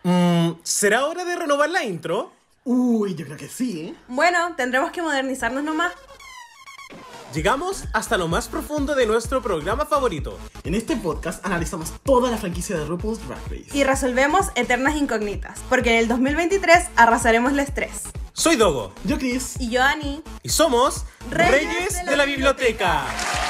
¿Será hora de renovar la intro? Uy, yo creo que sí, ¿eh? Bueno, tendremos que modernizarnos nomás. Llegamos hasta lo más profundo de nuestro programa favorito. En este podcast analizamos toda la franquicia de RuPaul's Drag Race. Y resolvemos eternas incógnitas, porque en el 2023 arrasaremos el estrés. Soy Dogo. Yo, Chris. Y yo, Ani. Y somos Reyes de la Biblioteca.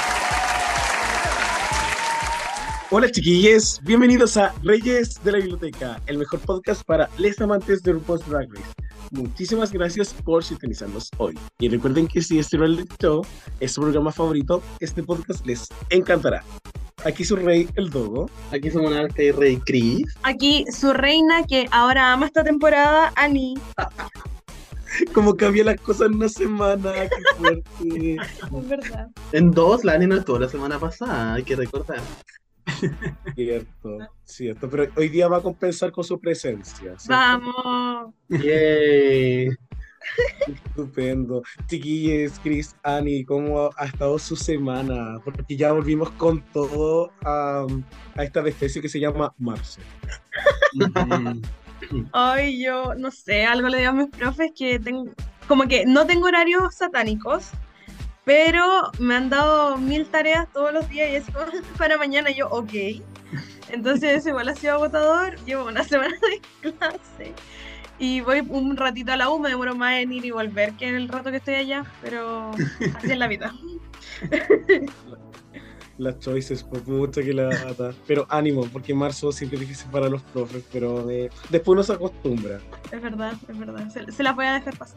Hola chiquillos, bienvenidos a Reyes de la Biblioteca, el mejor podcast para les amantes de RuPaul's Drag Race. Muchísimas gracias por sintonizarnos hoy. Y recuerden que si este reality show es su programa favorito, este podcast les encantará. Aquí su rey, el Dogo. Aquí su monarca y rey Chris. Aquí su reina que ahora ama esta temporada, Ani. Como cambia las cosas en una semana, qué fuerte. Es verdad. En dos, la Ani no estuvo la semana pasada, hay que recordar. Cierto, pero hoy día va a compensar con su presencia. ¿Cierto? Vamos. Yay. Estupendo. Chiquillos, Chris, Ani, ¿cómo ha estado su semana? Porque ya volvimos con todo a esta especie que se llama marzo. Ay, yo no sé, algo le digo a mis profes que tengo, como que no tengo horarios satánicos, pero me han dado 1000 tareas todos los días y es como para mañana. Y yo, ok. Entonces igual ha sido agotador, llevo una semana de clase y voy un ratito a la U, me demoro más en ir y volver que en el rato que estoy allá, pero así es la vida. Las choices, por mucho que la data. Pero ánimo, porque marzo siempre es difícil para los profes, pero después uno se acostumbra. Es verdad, se las voy a dejar pasar.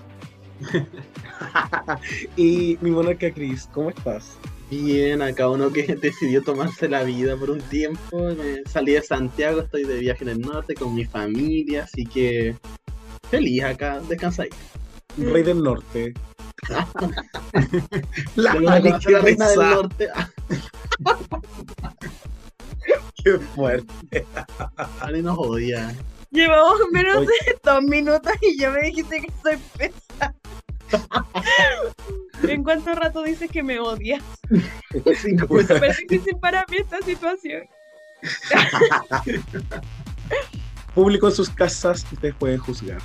Y mi monarca Chris, ¿cómo estás? Bien, acá uno que decidió tomarse la vida por un tiempo. Me salí de Santiago, estoy de viaje en el norte con mi familia, así que feliz acá, descansadito. Rey del norte. La Ani, qué reina del risa. norte. Qué fuerte. Ani nos odia. Llevamos menos Oye. de 2 minutos y ya me dijiste que soy pesada. ¿En cuánto rato dices que me odias? Es súper difícil para mí esta situación. Público en sus casas, ustedes pueden juzgar.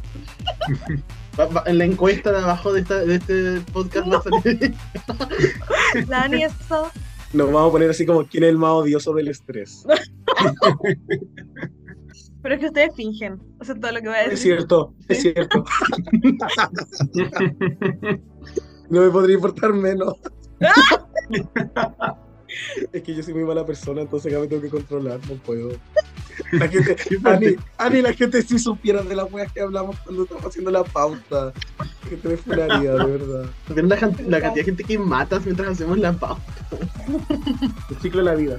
En la encuesta de abajo de este podcast va a salir. La Ani es so... Nos vamos a poner así como quién es el más odioso del estrés. Pero es que ustedes fingen. O sea, todo lo que voy a Es decir. cierto, es cierto. No me podría importar menos. Es que yo soy muy mala persona, entonces acá me tengo que controlar, no puedo. La gente, Ani, la gente si supiera de las weas que hablamos cuando estamos haciendo la pauta. Que te me funaría, de verdad. ¿Ven la cantidad de gente que matas mientras hacemos la pauta? El ciclo de la vida.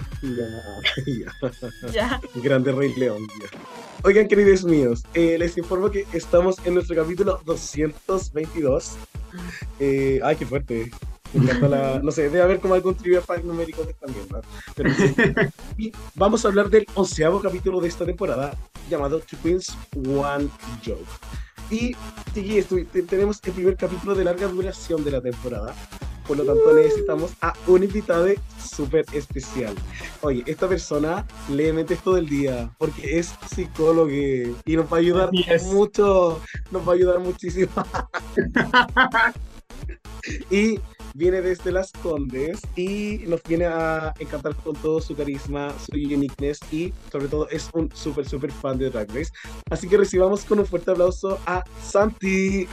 Ya. Grande Rey León. Ya. Oigan, queridos míos, les informo que estamos en nuestro capítulo 222. Ay, qué fuerte. Me encanta la... No sé, debe haber como algún trivia fact numérico que también, ¿no? Pero, y vamos a hablar del 11º capítulo de esta temporada, llamado Two Queens, One Joke. Y chiquillos, tenemos el primer capítulo de larga duración de la temporada. Por lo tanto, necesitamos a un invitado súper especial. Oye, esta persona lee mentes todo el día porque es psicólogo y nos va a ayudar mucho, nos va a ayudar muchísimo. Y viene desde Las Condes y nos viene a encantar con todo su carisma, su uniqueness y sobre todo es un súper fan de Drag Race. Así que recibamos con un fuerte aplauso a Santi.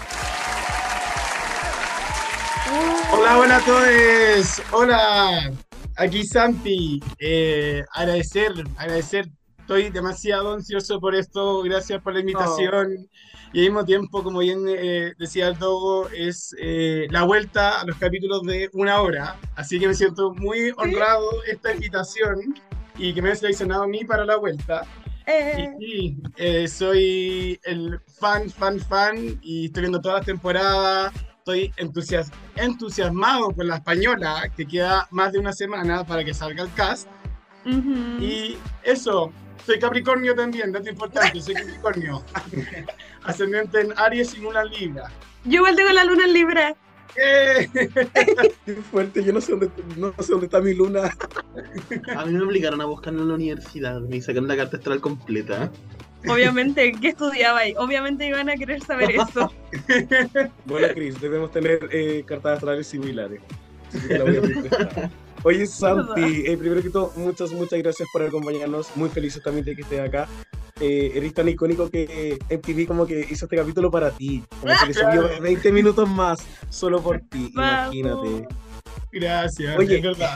Hola, hola a todos. Hola, aquí Santi. Agradecer. Estoy demasiado ansioso por esto. Gracias por la invitación. Y al mismo tiempo, como bien decía el Dogo, es la vuelta a los capítulos de 1 hora. Así que me siento muy honrado esta invitación y que me hayas seleccionado a mí para la vuelta. Y sí, soy el fan y estoy viendo todas las temporadas. Estoy entusiasmado con la española, que queda más de una semana para que salga el cast. Y eso, soy Capricornio también, dato importante, soy Capricornio. Ascendente en Aries y Luna en Libra. Yo igual tengo la luna en Libra. Qué fuerte, yo no sé dónde está mi luna. A mí me obligaron a buscarlo en la universidad, me sacaron la carta astral completa. Obviamente, ¿qué estudiaba ahí? Obviamente iban a querer saber eso. Bueno, Chris, debemos tener cartas astrales similares. Así que la voy a prestar. Oye, Santi, primero que todo, muchas gracias por acompañarnos. Muy felices también de que estés acá. Eres tan icónico que MTV como que hizo este capítulo para ti. Como que le subió 20 minutos más solo por ti. Vamos. Imagínate. Gracias, Oye. es verdad.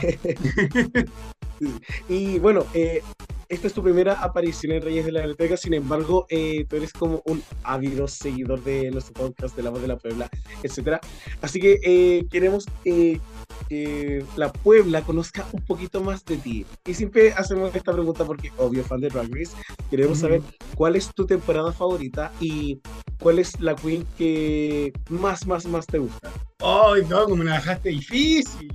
Y bueno, esta es tu primera aparición en Reyes de la Biblioteca, sin embargo, tú eres como un ávido seguidor de nuestro podcast de La Voz de la Puebla, etcétera. Así que queremos que la Puebla conozca un poquito más de ti. Y siempre hacemos esta pregunta porque, obvio, fan de Drag Race, queremos saber cuál es tu temporada favorita y cuál es la queen que más te gusta. Ay, no, como me la dejaste difícil.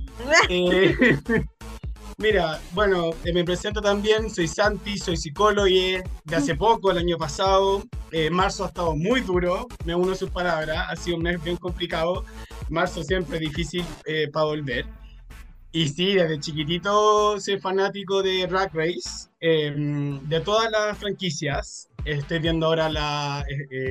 Mira, bueno, me presento también, soy Santi, soy psicólogo de hace poco, el año pasado. Marzo ha estado muy duro, me uno a sus palabras, ha sido un mes bien complicado. Marzo siempre difícil para volver. Y sí, desde chiquitito soy fanático de Drag Race, de todas las franquicias. Estoy viendo ahora la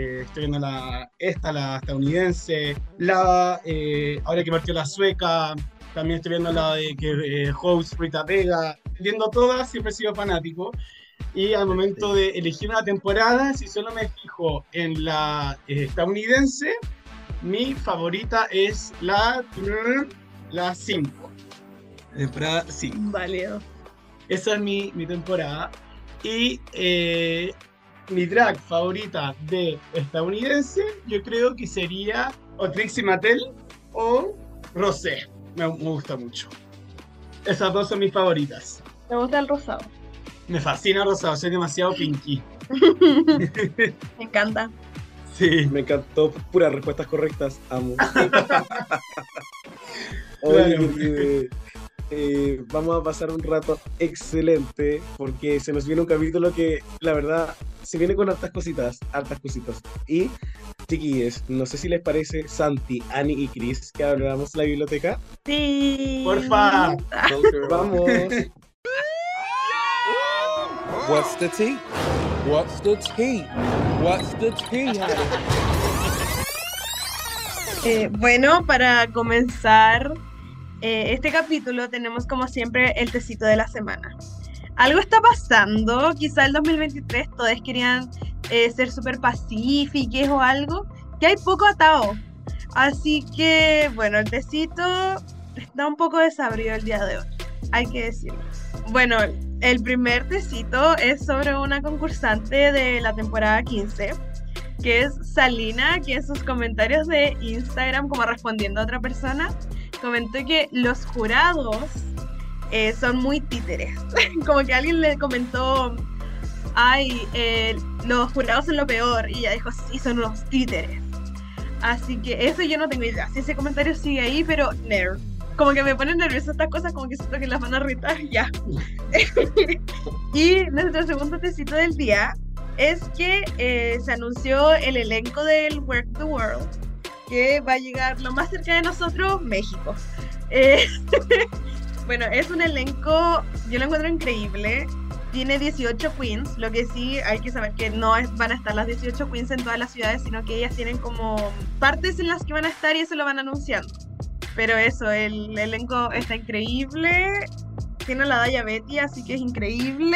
estadounidense, ahora que partió la sueca. También estoy viendo la de que host Rita Vega. Viendo todas, siempre he sido fanático. Y al momento de elegir una temporada, si solo me fijo en la estadounidense, mi favorita es la 5. Temporada 5. Válido. Esa es mi temporada. Y mi drag favorita de estadounidense, yo creo que sería o Trixie Mattel o Rosé. Me gusta mucho. Esas dos son mis favoritas. Me gusta el rosado. Me fascina Rosado, soy demasiado pinky. Me encanta. Sí. Me encantó, puras respuestas correctas, amo. Oye, vamos a pasar un rato excelente porque se nos viene un capítulo que la verdad se viene con hartas cositas. Y chiquillos, no sé si les parece, Santi, Ani y Chris, que hablamos la biblioteca. Sí. Porfa. Vamos. What's the tea? What's the tea? What's the tea, honey? Bueno, para comenzar este capítulo tenemos como siempre el tecito de la semana. Algo está pasando, quizá el 2023 todos querían ser súper pacíficos o algo, que hay poco atado. Así que, bueno, el tecito está un poco desabrido el día de hoy, hay que decirlo. Bueno, el primer tecito es sobre una concursante de la temporada 15, que es Salina, que en sus comentarios de Instagram, como respondiendo a otra persona, comentó que los jurados son muy títeres. Como que alguien le comentó, ay, los jurados son lo peor, y ella dijo, sí, son unos títeres. Así que eso yo no tengo idea, si ese comentario sigue ahí, pero como que me ponen nerviosa estas cosas, como que siento que las van a irritar, ya. Y nuestro segundo tecito del día es que se anunció el elenco del Work the World, que va a llegar lo más cerca de nosotros, México. Bueno, es un elenco, yo lo encuentro increíble. Tiene 18 queens, lo que sí hay que saber que no van a estar las 18 queens en todas las ciudades, sino que ellas tienen como partes en las que van a estar y eso lo van anunciando. Pero eso, el elenco está increíble. Tiene a la Daya Betty, así que es increíble.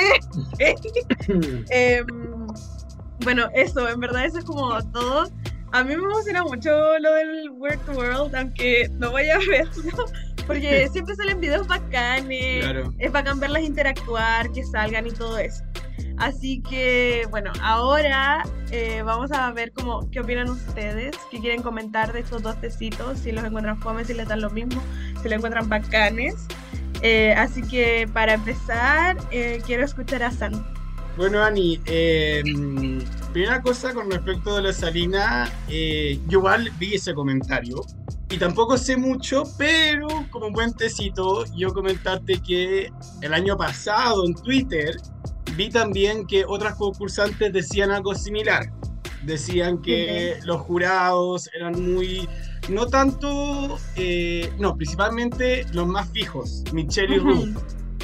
Bueno, eso, en verdad eso es como todo. A mí me emociona mucho lo del Work the World, aunque no vaya a verlo, porque siempre salen videos bacanes. Claro. Es bacán verlas interactuar, que salgan y todo eso. Así que, bueno, ahora vamos a ver qué opinan ustedes, qué quieren comentar de estos dos tecitos, si los encuentran fomes, si les dan lo mismo, si los encuentran bacanes. Así que para empezar, quiero escuchar a Santi. Bueno, Ani, primera cosa con respecto de la Salina, yo igual vi ese comentario y tampoco sé mucho, pero como un buen tecito, yo comentarte que el año pasado en Twitter vi también que otras concursantes decían algo similar. Decían que los jurados eran muy, no tanto, no, principalmente los más fijos, Michelle y Ru.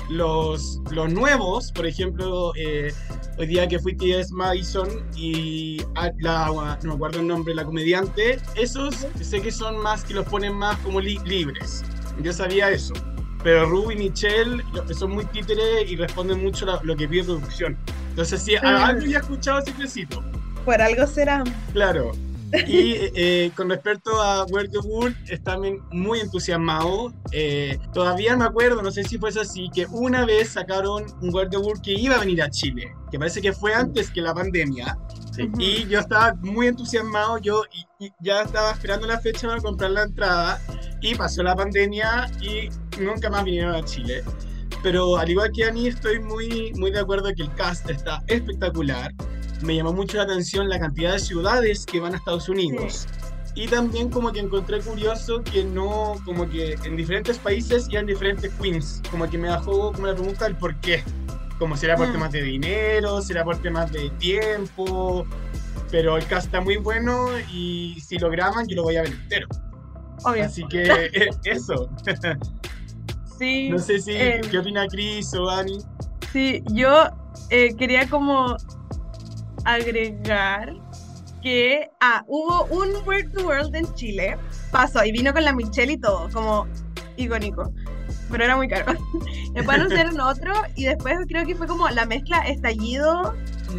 los nuevos, por ejemplo, hoy día que fui T.S. Madison y no me acuerdo el nombre, la comediante, esos sé que son más, que los ponen más como libres. Yo sabía eso. Pero Ru y Michelle son muy títeres y responden mucho lo que pide producción. Entonces sí, algo ya he escuchado ese crecito. Por algo será. Claro. Y con respecto a Where the World, está también muy entusiasmado. Todavía me acuerdo, no sé si fue así, que una vez sacaron un Where the World que iba a venir a Chile, que parece que fue antes que la pandemia. Sí. Y yo estaba muy entusiasmado, y ya estaba esperando la fecha para comprar la entrada, y pasó la pandemia y nunca más vinieron a Chile. Pero al igual que Ani, estoy muy, muy de acuerdo que el cast está espectacular. Me llamó mucho la atención la cantidad de ciudades que van a Estados Unidos. Sí. Y también como que encontré curioso que no, como que en diferentes países y en diferentes queens. Como que me dejó como la pregunta del por qué. Como será por temas de dinero, será por temas de tiempo. Pero el cast está muy bueno y si lo graban yo lo voy a ver entero. Obvio. Así que eso. Sí. No sé si, ¿qué opina Chris o Ani? Sí, yo quería como agregar que hubo un Where the World en Chile, pasó y vino con la Michelle y todo, como icónico, pero era muy caro. Después anunciaron otro y después creo que fue como la mezcla estallido,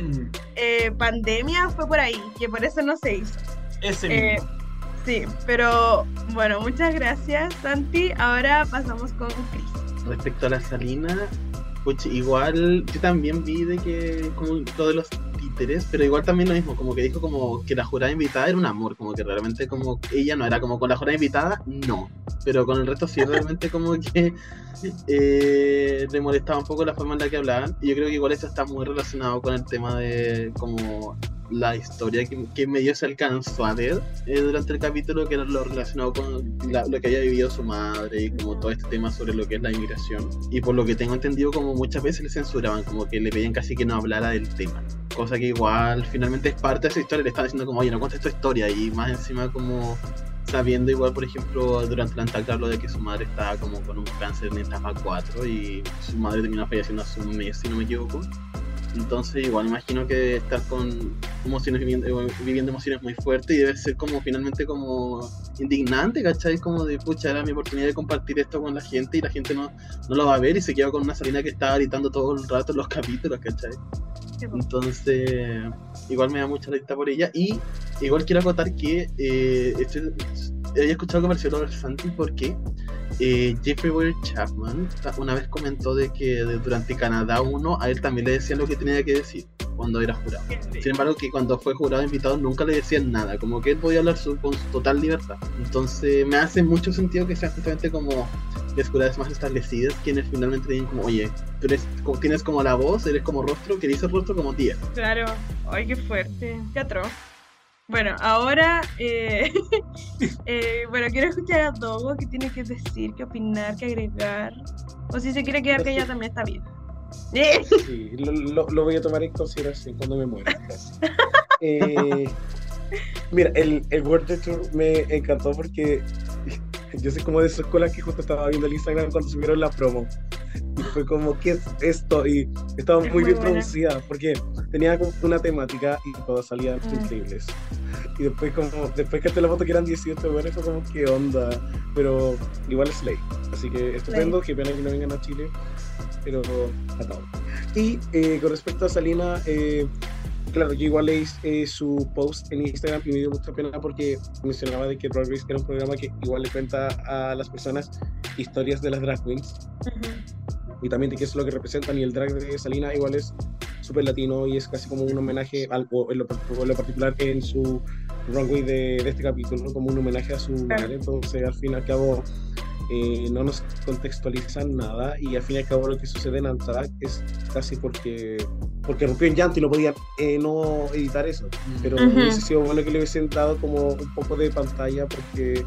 pandemia, fue por ahí, que por eso no se hizo. Ese mismo. Sí, pero bueno, muchas gracias, Santi. Ahora pasamos con Chris. Respecto a la Salina, pues igual yo también vi de que como todos los títeres, pero igual también lo mismo, como que dijo como que la jurada invitada era un amor, como que realmente como ella no era como con la jurada invitada, no, pero con el resto sí realmente como que le molestaba un poco la forma en la que hablaban, y yo creo que igual eso está muy relacionado con el tema de como la historia que medio se alcanzó a ver durante el capítulo, que era lo relacionado con lo que había vivido su madre y como todo este tema sobre lo que es la inmigración, y por lo que tengo entendido como muchas veces le censuraban, como que le pedían casi que no hablara del tema, cosa que igual finalmente es parte de esa historia, le están diciendo como oye no cuentes tu historia, y más encima como sabiendo igual por ejemplo durante la entalca habló de que su madre estaba como con un cáncer en etapa 4 y su madre terminó falleciendo hace un mes si no me equivoco. Entonces igual imagino que estar con emociones viviendo emociones muy fuertes, y debe ser como finalmente como indignante, ¿cachai? Como de pucha, era mi oportunidad de compartir esto con la gente y la gente no lo va a ver, y se quedó con una Salina que estaba gritando todo el rato en los capítulos, ¿cachai? Entonces igual me da mucha lista por ella, y igual quiero acotar que había escuchado que pareció Robert Santi porque Jeffrey Ware Chapman una vez comentó de que durante Canadá 1 a él también le decían lo que tenía que decir cuando era jurado. Sin embargo, que cuando fue jurado invitado nunca le decían nada, como que él podía hablar con su total libertad. Entonces me hace mucho sentido que sean justamente como las juradas más establecidas quienes finalmente tienen como, oye, tú tienes como la voz, eres como rostro, querés el rostro como tía. Claro, ay, qué fuerte, qué atroz. Bueno, ahora bueno, quiero escuchar a Dogo, qué tiene que decir, qué opinar, qué agregar, o si se quiere quedar que ella también está bien. Sí, lo voy a tomar en consideración cuando me muera. Mira, el World Tour me encantó porque yo soy como de esas escuelas que justo estaba viendo el Instagram cuando subieron la promo. Y fue como, ¿qué es esto? Y estaba muy bien producida porque tenía como una temática y todas salían increíbles. Y después que te la foto que eran 18 buenas, fue como, ¿qué onda? Pero igual es ley. Así que estupendo, qué pena que no vengan a Chile, pero acabo. Y con respecto a Salina, claro, yo igual leí su post en Instagram y me dio mucha pena porque mencionaba de que Drag Race era un programa que igual le cuenta a las personas historias de las drag queens. Y también de qué es lo que representan, y el drag de Salina igual es súper latino y es casi como un homenaje en lo particular en su runway de este capítulo, como un homenaje a su madre. Entonces al fin y al cabo no nos contextualizan nada, y al fin y al cabo lo que sucede en Antac es casi porque rompió en llanto y no podía no editar eso, pero hubiese sido bueno que le hubiesen dado como un poco de pantalla, porque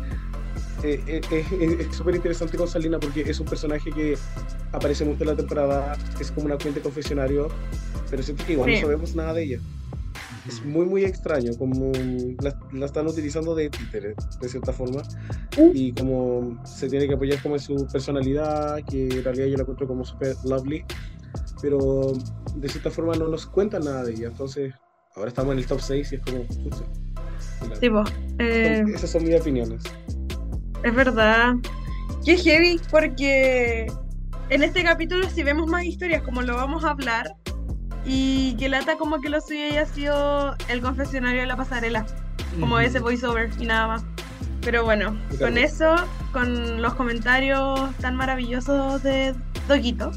es súper interesante con Salina porque es un personaje que aparece mucho en la temporada, es como una fuente confesionario, pero siento que igual no sabemos nada de ella. es muy extraño, como la están utilizando de títere, de cierta forma, y como se tiene que apoyar como en su personalidad, que en realidad yo la encuentro como super lovely, pero de cierta forma no nos cuentan nada de ella, entonces ahora estamos en el top 6 y es como, chucha. Tipo, Esas son mis opiniones. es verdad. Qué heavy, porque en este capítulo sí vemos más historias, como lo vamos a hablar, y que lata como que lo suyo haya sido el confesionario de la pasarela, como ese voiceover y nada más. Pero bueno, con eso, con los comentarios tan maravillosos de Doguito,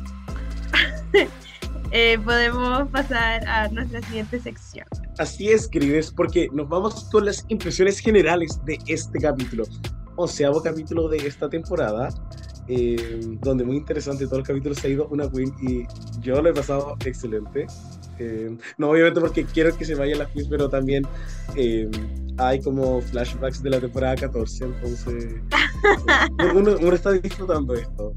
podemos pasar a nuestra siguiente sección. Así es, queridos, porque nos vamos con las impresiones generales de este capítulo. 11º capítulo de esta temporada, donde muy interesante, todos los capítulos se ha ido una queen y yo lo he pasado excelente. No obviamente porque quiero que se vayan las queens, pero también hay como flashbacks de la temporada 14, entonces uno está disfrutando esto.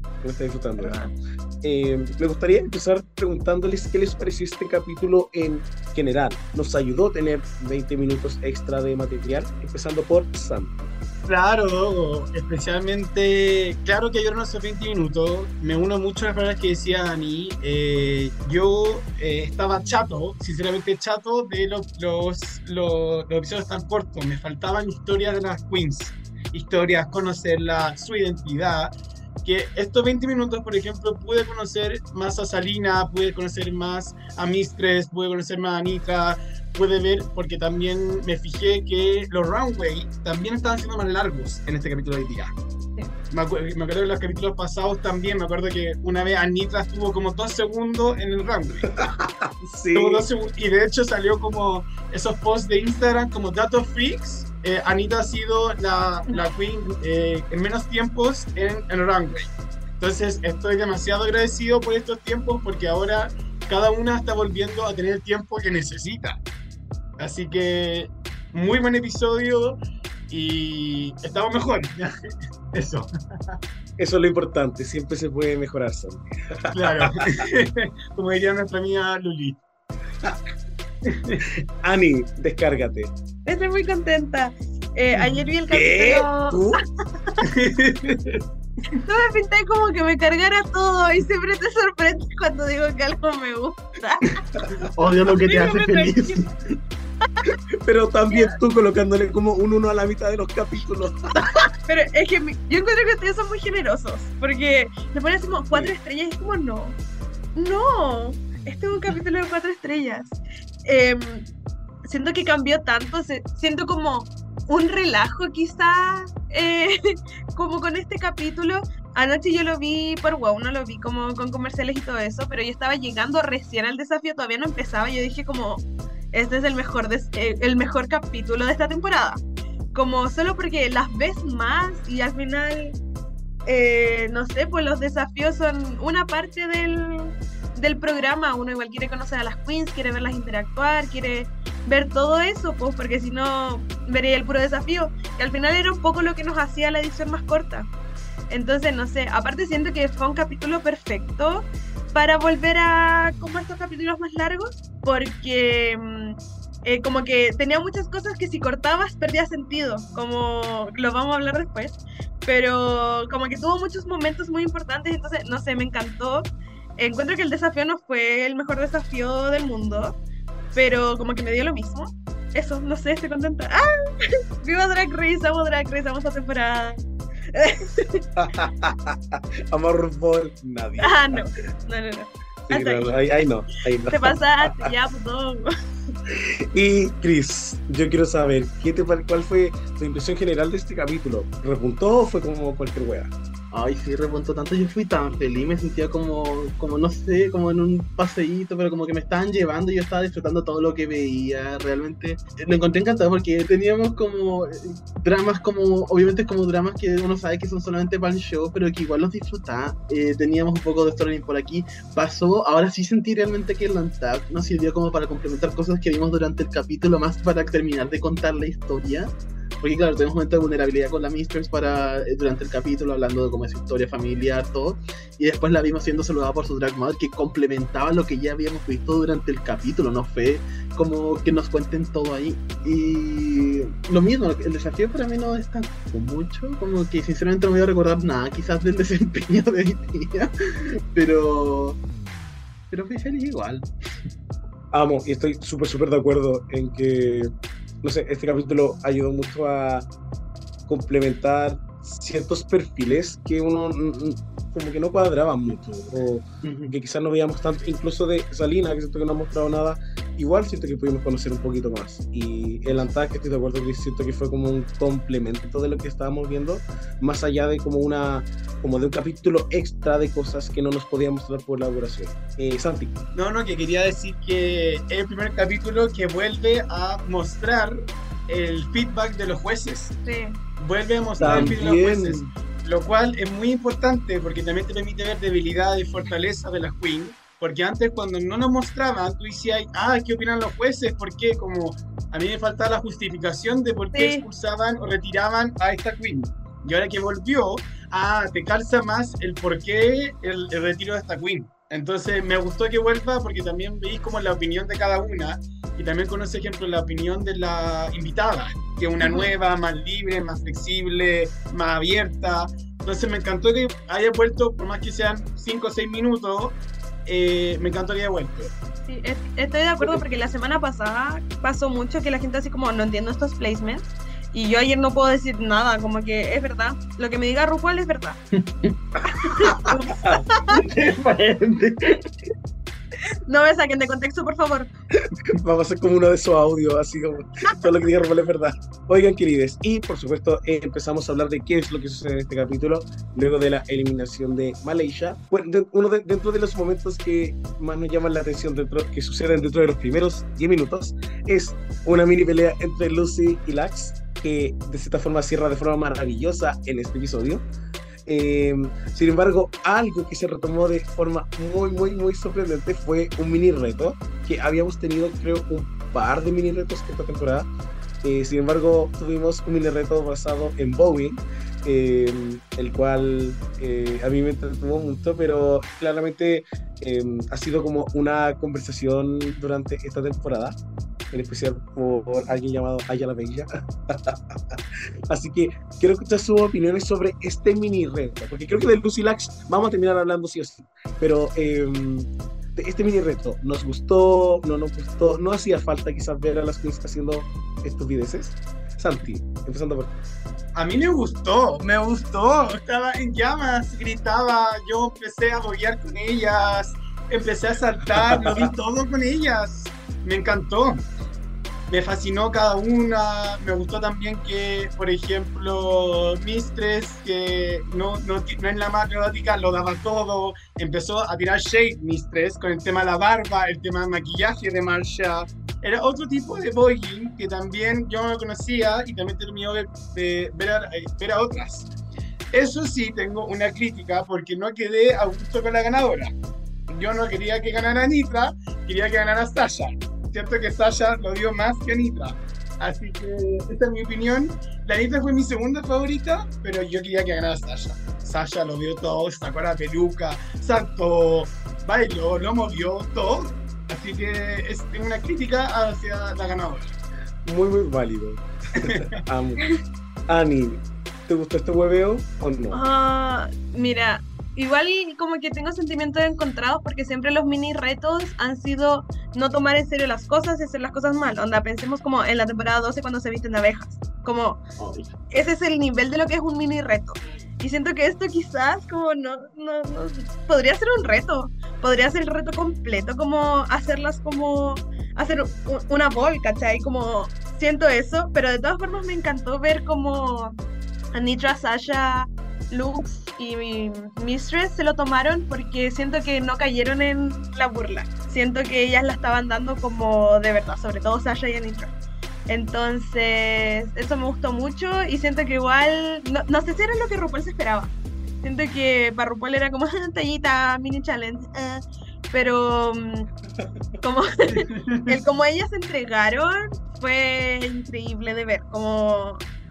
Me gustaría empezar preguntándoles qué les pareció este capítulo en general. Nos ayudó a tener 20 minutos extra de material, empezando por Sam. Claro, especialmente, claro que ayudaron esos 20 minutos. Me uno mucho a las palabras que decía Dani. Yo estaba chato, sinceramente chato, de los episodios tan cortos. Me faltaban historias de las queens, historias, conocerlas, su identidad. Que estos 20 minutos, por ejemplo, pude conocer más a Salina, pude conocer más a Mistress, pude conocer más a Anitra, pude ver, porque también me fijé que los runway también estaban siendo más largos en este capítulo de hoy día. Sí. Me acuerdo que en los capítulos pasados también, me acuerdo que una vez Anitra estuvo como 2 segundos en el runway. Sí. Estuvo 2 segundos, y de hecho salió como esos posts de Instagram como Datos Freaks. Anita ha sido la queen en menos tiempos en el runway. Entonces estoy demasiado agradecido por estos tiempos, porque ahora cada una está volviendo a tener el tiempo que necesita. Así que muy buen episodio y estamos mejor. Eso es lo importante, siempre se puede mejorar, Sam. Claro. Como diría nuestra amiga Luli. Ani, descárgate. Estoy muy contenta. Ayer vi el ¿Qué? capítulo. ¿Tú? No me pinté como que me cargara todo y siempre te sorprende cuando digo que algo me gusta. Odio lo que te hace feliz. Pero también tú colocándole como un 1 a la mitad de los capítulos. Pero es que yo encuentro que ustedes son muy generosos, porque le ponen así como 4 estrellas y es como no, este es un capítulo de 4 estrellas. Siento que cambió tanto, siento como un relajo quizá, como con este capítulo. Anoche yo lo vi por WoW, no lo vi como con comerciales y todo eso, pero yo estaba llegando recién al desafío, todavía no empezaba, yo dije como, este es el mejor capítulo de esta temporada, como solo porque las ves más y al final, no sé, pues los desafíos son una parte del programa. Uno igual quiere conocer a las queens, quiere verlas interactuar, quiere ver todo eso, pues porque si no vería el puro desafío, que al final era un poco lo que nos hacía la edición más corta. Entonces no sé, aparte siento que fue un capítulo perfecto para volver a como estos capítulos más largos, porque como que tenía muchas cosas que si cortabas perdía sentido, como lo vamos a hablar después, pero como que tuvo muchos momentos muy importantes, entonces no sé, me encantó. Encuentro que el desafío no fue el mejor desafío del mundo, pero como que me dio lo mismo. Eso, no sé, estoy contenta. ¡Ah! ¡Viva Drag Race! ¡Amo Drag Race! ¡Amo esta temporada! Amor por nadie. No. Sí, ahí no. Te pasaste, ya, puto. Y Chris, yo quiero saber, ¿cuál fue tu impresión general de este capítulo? ¿Repuntó o fue como cualquier wea? Ay, sí, repuntó tanto. Yo fui tan feliz, me sentía como no sé, como en un paseíto, pero como que me estaban llevando y yo estaba disfrutando todo lo que veía. Realmente lo encontré encantado porque teníamos como dramas, como obviamente como dramas que uno sabe que son solamente para el show, pero que igual los disfrutaba. Teníamos un poco de storyline por aquí. Pasó, ahora sí sentí realmente que el Untap nos sirvió como para complementar cosas que vimos durante el capítulo, más para terminar de contar la historia. porque claro, tenemos un momento de vulnerabilidad con la Mistress durante el capítulo, hablando de cómo es su historia familiar, todo, y después la vimos siendo saludada por su Drag Mother, que complementaba lo que ya habíamos visto durante el capítulo, no fue como que nos cuenten todo ahí. Y lo mismo, el desafío para mí no destacó mucho, como que sinceramente no voy a recordar nada quizás del desempeño de mi tía, pero fui feliz igual. Amo, y estoy súper de acuerdo en que, no sé, este capítulo ayudó mucho a complementar ciertos perfiles que uno como que no cuadraban mucho, o que quizás no veíamos tanto, incluso de Salina, que siento que no ha mostrado nada, igual siento que pudimos conocer un poquito más. Y el Antac, estoy de acuerdo que siento que fue como un complemento de lo que estábamos viendo, más allá de como de un capítulo extra de cosas que no nos podían mostrar por la duración. Santi. No, que quería decir que es el primer capítulo que vuelve a mostrar el feedback de los jueces. Sí. Vuelve a mostrar el feedback de los jueces, lo cual es muy importante porque también te permite ver debilidad y fortaleza de las queens, porque antes cuando no nos mostraban, tú decías, ¿qué opinan los jueces? ¿Por qué? Como a mí me faltaba la justificación de por qué expulsaban o retiraban a esta queen. Y ahora que volvió, te calza más el por qué el retiro de esta queen. Entonces me gustó que vuelva porque también veis como la opinión de cada una y también conoce, ejemplo, la opinión de la invitada, que es una nueva, más libre, más flexible, más abierta. Entonces me encantó que haya vuelto, por más que sean 5 o 6 minutos, me encantó que haya vuelto. Sí, estoy de acuerdo porque la semana pasada pasó mucho que la gente así como no entiendo estos placements. Y yo ayer no puedo decir nada, como que es verdad. Lo que me diga RuPaul es verdad. No me saquen de contexto, por favor. Vamos a hacer como uno de esos audios, así como todo lo que diga RuPaul es verdad. Oigan, queridos, y por supuesto empezamos a hablar de qué es lo que sucede en este capítulo luego de la eliminación de Malaysia. Bueno, dentro de los momentos que más nos llaman la atención que suceden dentro de los primeros 10 minutos es una mini pelea entre Lucy y Lax, que de cierta forma cierra de forma maravillosa en este episodio. Sin embargo, algo que se retomó de forma muy sorprendente fue un mini reto, que habíamos tenido creo un par de mini retos esta temporada. Sin embargo, tuvimos un mini reto basado en Bowie, el cual a mí me entretuvo mucho, pero claramente ha sido como una conversación durante esta temporada, en especial por alguien llamado Ayala Bella. Así que quiero escuchar sus opiniones sobre este mini reto, porque creo que de Lucy Lax vamos a terminar hablando sí o sí, pero de este mini reto, ¿nos gustó? ¿No nos gustó? ¿No hacía falta quizás ver a las queens haciendo estupideces? Santi, empezando por... A mí me gustó, estaba en llamas, gritaba, yo empecé a bobear con ellas, empecé a saltar, lo vi todo con ellas, me encantó. Me fascinó cada una, me gustó también que, por ejemplo, Mistress, que no es la más caótica, lo daba todo, empezó a tirar shade Mistress con el tema de la barba, el tema de maquillaje de Marsha. Era otro tipo de voguing que también yo no conocía y también terminó de ver a otras. Eso sí, tengo una crítica porque no quedé a gusto con la ganadora. Yo no quería que ganara Nitra, quería que ganara Sasha. Siento que Sasha lo dio más que Nitra. Así que esta es mi opinión. La Nitra fue mi segunda favorita, pero yo quería que ganara Sasha. Sasha lo dio todo, sacó la peluca, saltó, bailó, lo movió, todo. Así que es una crítica hacia la ganadora. Muy válido. Ani, ¿te gustó este hueveo o no? Mira, igual como que tengo sentimientos encontrados porque siempre los mini retos han sido no tomar en serio las cosas y hacer las cosas mal. Onda, pensemos como en la temporada 12 cuando se visten de abejas. Como ese es el nivel de lo que es un mini reto. Y siento que esto quizás como no podría ser un reto. Podría ser el reto completo, como hacerlas como hacer una bol, ¿cachai? Como siento eso, pero de todas formas me encantó ver como Anitra, Sasha, Lux y Mistress se lo tomaron porque siento que no cayeron en la burla. Siento que ellas la estaban dando como de verdad, sobre todo Sasha y Anitra. Entonces, eso me gustó mucho y siento que igual, no sé si era lo que RuPaul se esperaba. Siento que para RuPaul era como tallita, mini challenge, pero como ellas se entregaron fue increíble de ver, como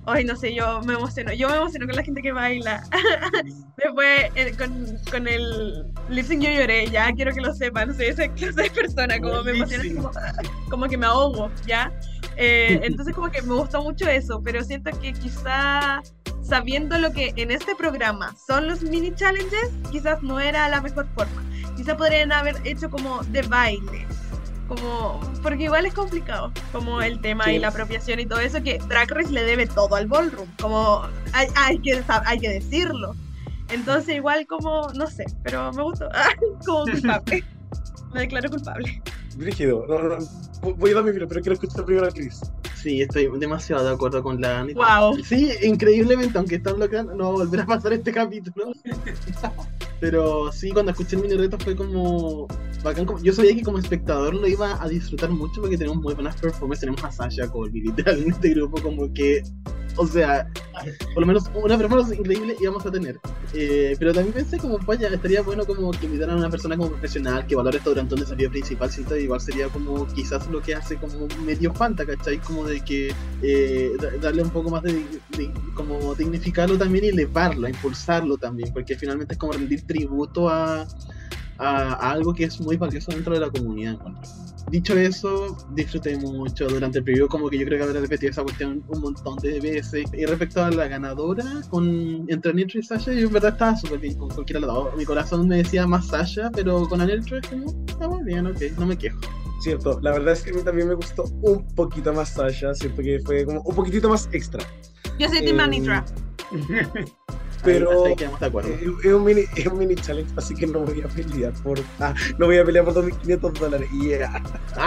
Ay, no sé, yo me emociono con la gente que baila. Después, con el lip sync yo lloré, ya, quiero que lo sepan, soy esa clase de persona, como me emociona, como que me ahogo, ¿ya? Entonces como que me gustó mucho eso, pero siento que quizá sabiendo lo que en este programa son los mini challenges, quizás no era la mejor forma. Quizás podrían haber hecho como de baile, como, porque igual es complicado, como el tema y la apropiación y todo eso, que Drag Race le debe todo al ballroom, como hay que decirlo. Entonces igual como, no sé, pero me gustó, como culpable, me declaro culpable. Brígido, voy a dar mi opinión, pero quiero escuchar primero a Chris. Sí, estoy demasiado de acuerdo con la Annie. Wow. Sí, increíblemente, aunque está bloqueando, no va a volver a pasar este capítulo. Pero sí, cuando escuché el mini reto fue como bacán. Yo sabía que como espectador lo iba a disfrutar mucho porque tenemos muy buenas performances. Tenemos a Sasha Colby, literal, en este grupo, como que, o sea, por lo menos una performance increíble íbamos a tener. Pero también pensé como, vaya, estaría bueno como que invitaran a una persona como profesional que valore esto durante un desafío principal. Siento que igual sería como quizás lo que hace como medio Fanta, ¿cachai? Como de que darle un poco más de como dignificarlo también y elevarlo, impulsarlo también, porque finalmente es como rendir tributo a algo que es muy valioso dentro de la comunidad. Dicho eso, disfruté mucho durante el preview, como que yo creo que habré repetido esa cuestión un montón de veces. Y respecto a la ganadora, entre Anitra y Sasha, yo en verdad estaba súper bien con cualquiera de las dos. Mi corazón me decía más Sasha, pero con Anitra es como, está muy bien, ok, no me quejo. Cierto, la verdad es que a mí también me gustó un poquito más Sasha, siento que fue como un poquitito más extra. Yo soy Team Anitra. Pero ahí quedamos de acuerdo. Es un mini challenge, así que no voy a pelear por $2.500. Yeah.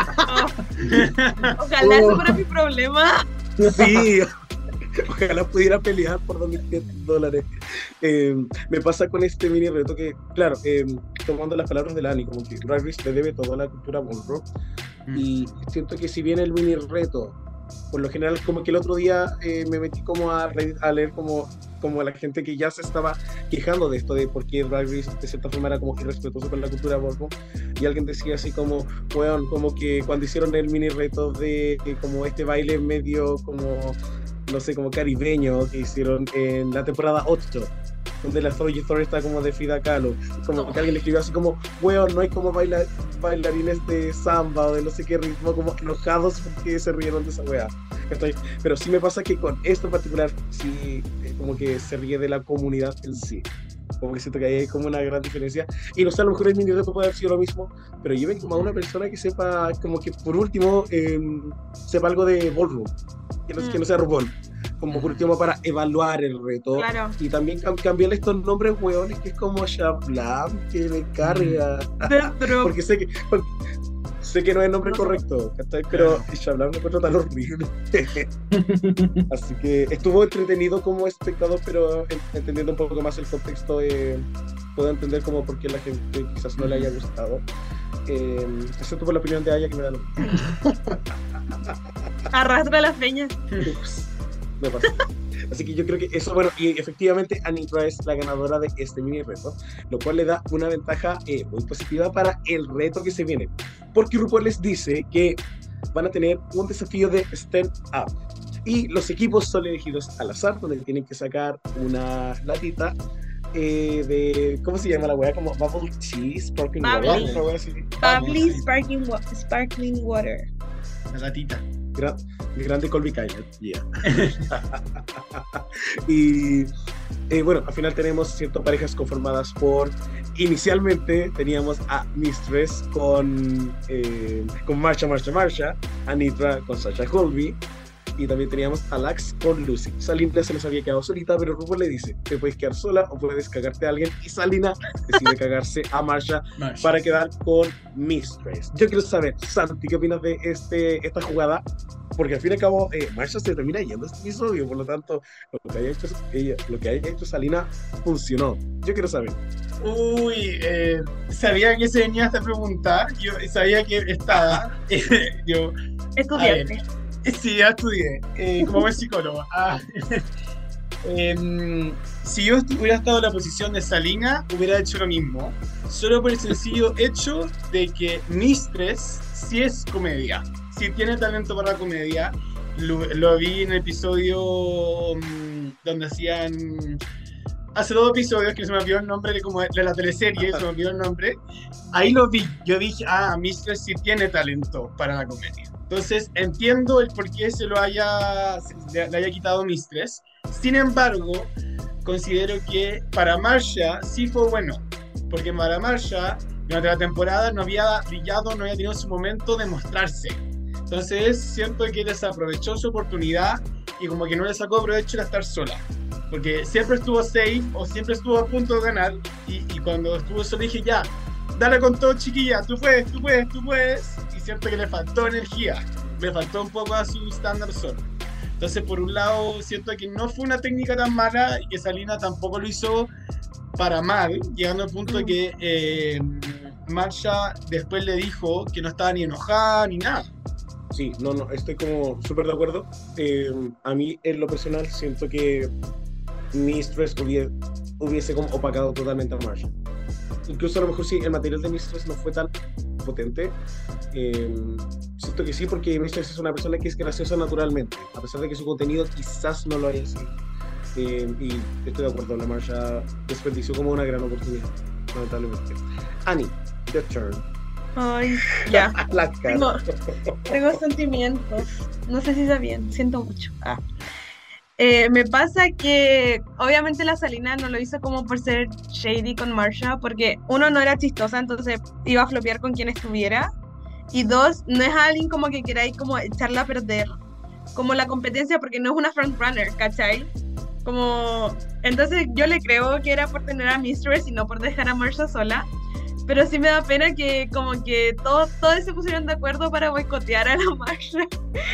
Ojalá eso fuera mi problema. Sí, ojalá pudiera pelear por $2.500. Me pasa con este mini reto que, claro, tomando las palabras de Lani, como que Drag Race le debe toda la cultura ballroom. Y siento que si bien el mini reto, por lo general, como que el otro día me metí como a leer como la gente que ya se estaba quejando de esto, de por qué Drag Race de cierta forma era como irrespetuoso con la cultura ballroom, y alguien decía así como, bueno, como que cuando hicieron el mini reto de como este baile medio como, no sé, como caribeño que hicieron en la temporada 8, donde la Zoe Thor está como de Frida Kahlo, como que alguien le escribió así como, weón, no hay como bailarines de samba o de no sé qué ritmo como enojados porque se rieron de esa wea. Pero sí me pasa que con esto en particular sí como que se ríe de la comunidad en sí, como que siento que ahí hay como una gran diferencia, y no sé, a lo mejor el mini reto puede haber sido lo mismo, pero lleven como a una persona que sepa, como que por último sepa algo de ballroom, que no sea RuPaul, como por último para evaluar el reto. Claro. Y también cambiarle estos nombres hueones que es como Shablam, que me carga. Porque sé que no es el nombre correcto, pero Shablam me encuentro tan horrible. Así que estuvo entretenido como espectador, pero entendiendo un poco más el contexto, puedo entender como por qué la gente quizás no le haya gustado. Excepto por la opinión de Aya, que me da lo Arrastra las peñas. Me pasa. Así que yo creo que eso, bueno, y efectivamente Anitra es la ganadora de este mini reto, lo cual le da una ventaja muy positiva para el reto que se viene, porque RuPaul les dice que van a tener un desafío de stand up y los equipos son elegidos al azar, donde tienen que sacar una latita de, ¿cómo se llama la weá? Como Bubble Tea, Sparkling Water, Bubbly Sparkling Water. La latita. Grande Colby Kyler, yeah. Y bueno, al final tenemos ciertas parejas conformadas por, inicialmente teníamos a Mistress con Marsha, Anitra con Sasha Colby, y también teníamos a Lax con Lucy. Salina se les había quedado solita, pero RuPaul le dice, te puedes quedar sola o puedes cagarte a alguien, y Salina decide cagarse a Marsha para quedar con Mistress. Yo quiero saber, Santi, ¿qué opinas de esta jugada? Porque al fin y al cabo Marsha se termina yendo este episodio, por lo tanto lo que haya hecho Salina funcionó. Yo quiero saber. Uy, sabía que se venía esta pregunta, yo sabía que estaba, yo... Estudiante. Sí, ya estudié, como buen psicólogo. Si yo hubiera estado en la posición de Salina, hubiera hecho lo mismo, solo por el sencillo hecho de que Mistress sí es comedia, sí tiene talento para la comedia, Lo vi en el episodio donde hacían... Hace 2 episodios que se me olvidó el nombre de la teleserie, se me olvidó el nombre. Ahí lo vi. Yo dije, Mistress sí tiene talento para la comedia. Entonces entiendo el por qué le haya quitado Mistress. Sin embargo, considero que para Marcia sí fue bueno. Porque para Marcia, durante la temporada no había brillado, no había tenido su momento de mostrarse. Entonces siento que desaprovechó su oportunidad y como que no le sacó provecho de estar sola. Porque siempre estuvo safe o siempre estuvo a punto de ganar y cuando estuvo solo dije ya, dale con todo chiquilla, tú puedes. Y siento que le faltó energía, le faltó un poco a su estándar solo. Entonces por un lado siento que no fue una técnica tan mala y que Salina tampoco lo hizo para mal, llegando al punto de que Marcia después le dijo que no estaba ni enojada ni nada. Sí, no, estoy como súper de acuerdo. A mí, en lo personal, siento que Mistress hubiese como opacado totalmente a Marcia. Incluso a lo mejor sí, el material de Mistress no fue tan potente. Siento que sí, porque Mistress es una persona que es graciosa naturalmente, a pesar de que su contenido quizás no lo haya sido. Y estoy de acuerdo, la Marcia desperdició como una gran oportunidad, lamentablemente. Annie, The Turn. Ay, ya. La cara. Tengo sentimientos. No sé si está bien, siento mucho. Me pasa que obviamente la Salina no lo hizo como por ser shady con Marcia, porque uno, no era chistosa, entonces iba a flopear con quien estuviera, y 2, no es alguien como que queráis como echarla a perder como la competencia, porque no es una frontrunner, ¿cachai? Como, entonces yo le creo que era por tener a Mistress y no por dejar a Marcia sola. Pero sí me da pena que como que todos se pusieron de acuerdo para boicotear a la Marcia.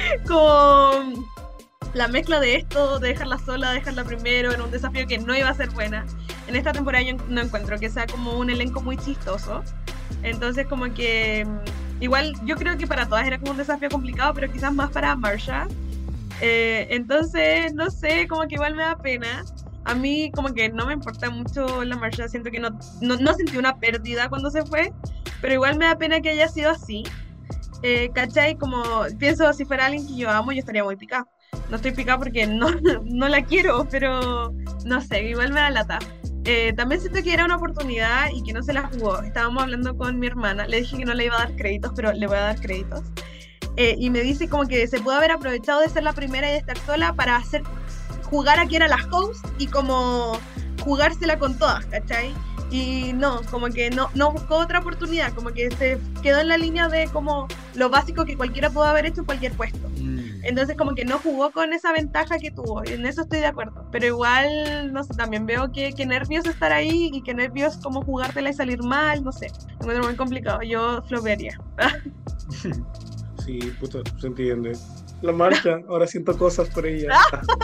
Como la mezcla de esto, de dejarla sola, dejarla primero en un desafío que no iba a ser buena. En esta temporada yo no encuentro que sea como un elenco muy chistoso. Entonces como que igual yo creo que para todas era como un desafío complicado, pero quizás más para Marcia. Entonces no sé, como que igual me da pena. A mí como que no me importa mucho la Marcia, siento que no sentí una pérdida cuando se fue, pero igual me da pena que haya sido así. ¿Cachai? Como pienso, si fuera alguien que yo amo, yo estaría muy picada. No estoy picada porque no la quiero, pero no sé, igual me da lata. También siento que era una oportunidad y que no se la jugó. Estábamos hablando con mi hermana, le dije que no le iba a dar créditos, pero le voy a dar créditos. Y me dice como que se pudo haber aprovechado de ser la primera y de estar sola para jugar a quien era la host y como jugársela con todas, ¿cachai? Y no, como que no buscó otra oportunidad, como que se quedó en la línea de como lo básico que cualquiera pudo haber hecho en cualquier puesto. Entonces como que no jugó con esa ventaja que tuvo, y en eso estoy de acuerdo. Pero igual, no sé, también veo que nervios estar ahí y que nervios como jugártela y salir mal, no sé. Me encuentro muy complicado, yo flopearía. Sí, puta, se entiende. La Marcia, ahora siento cosas por ella.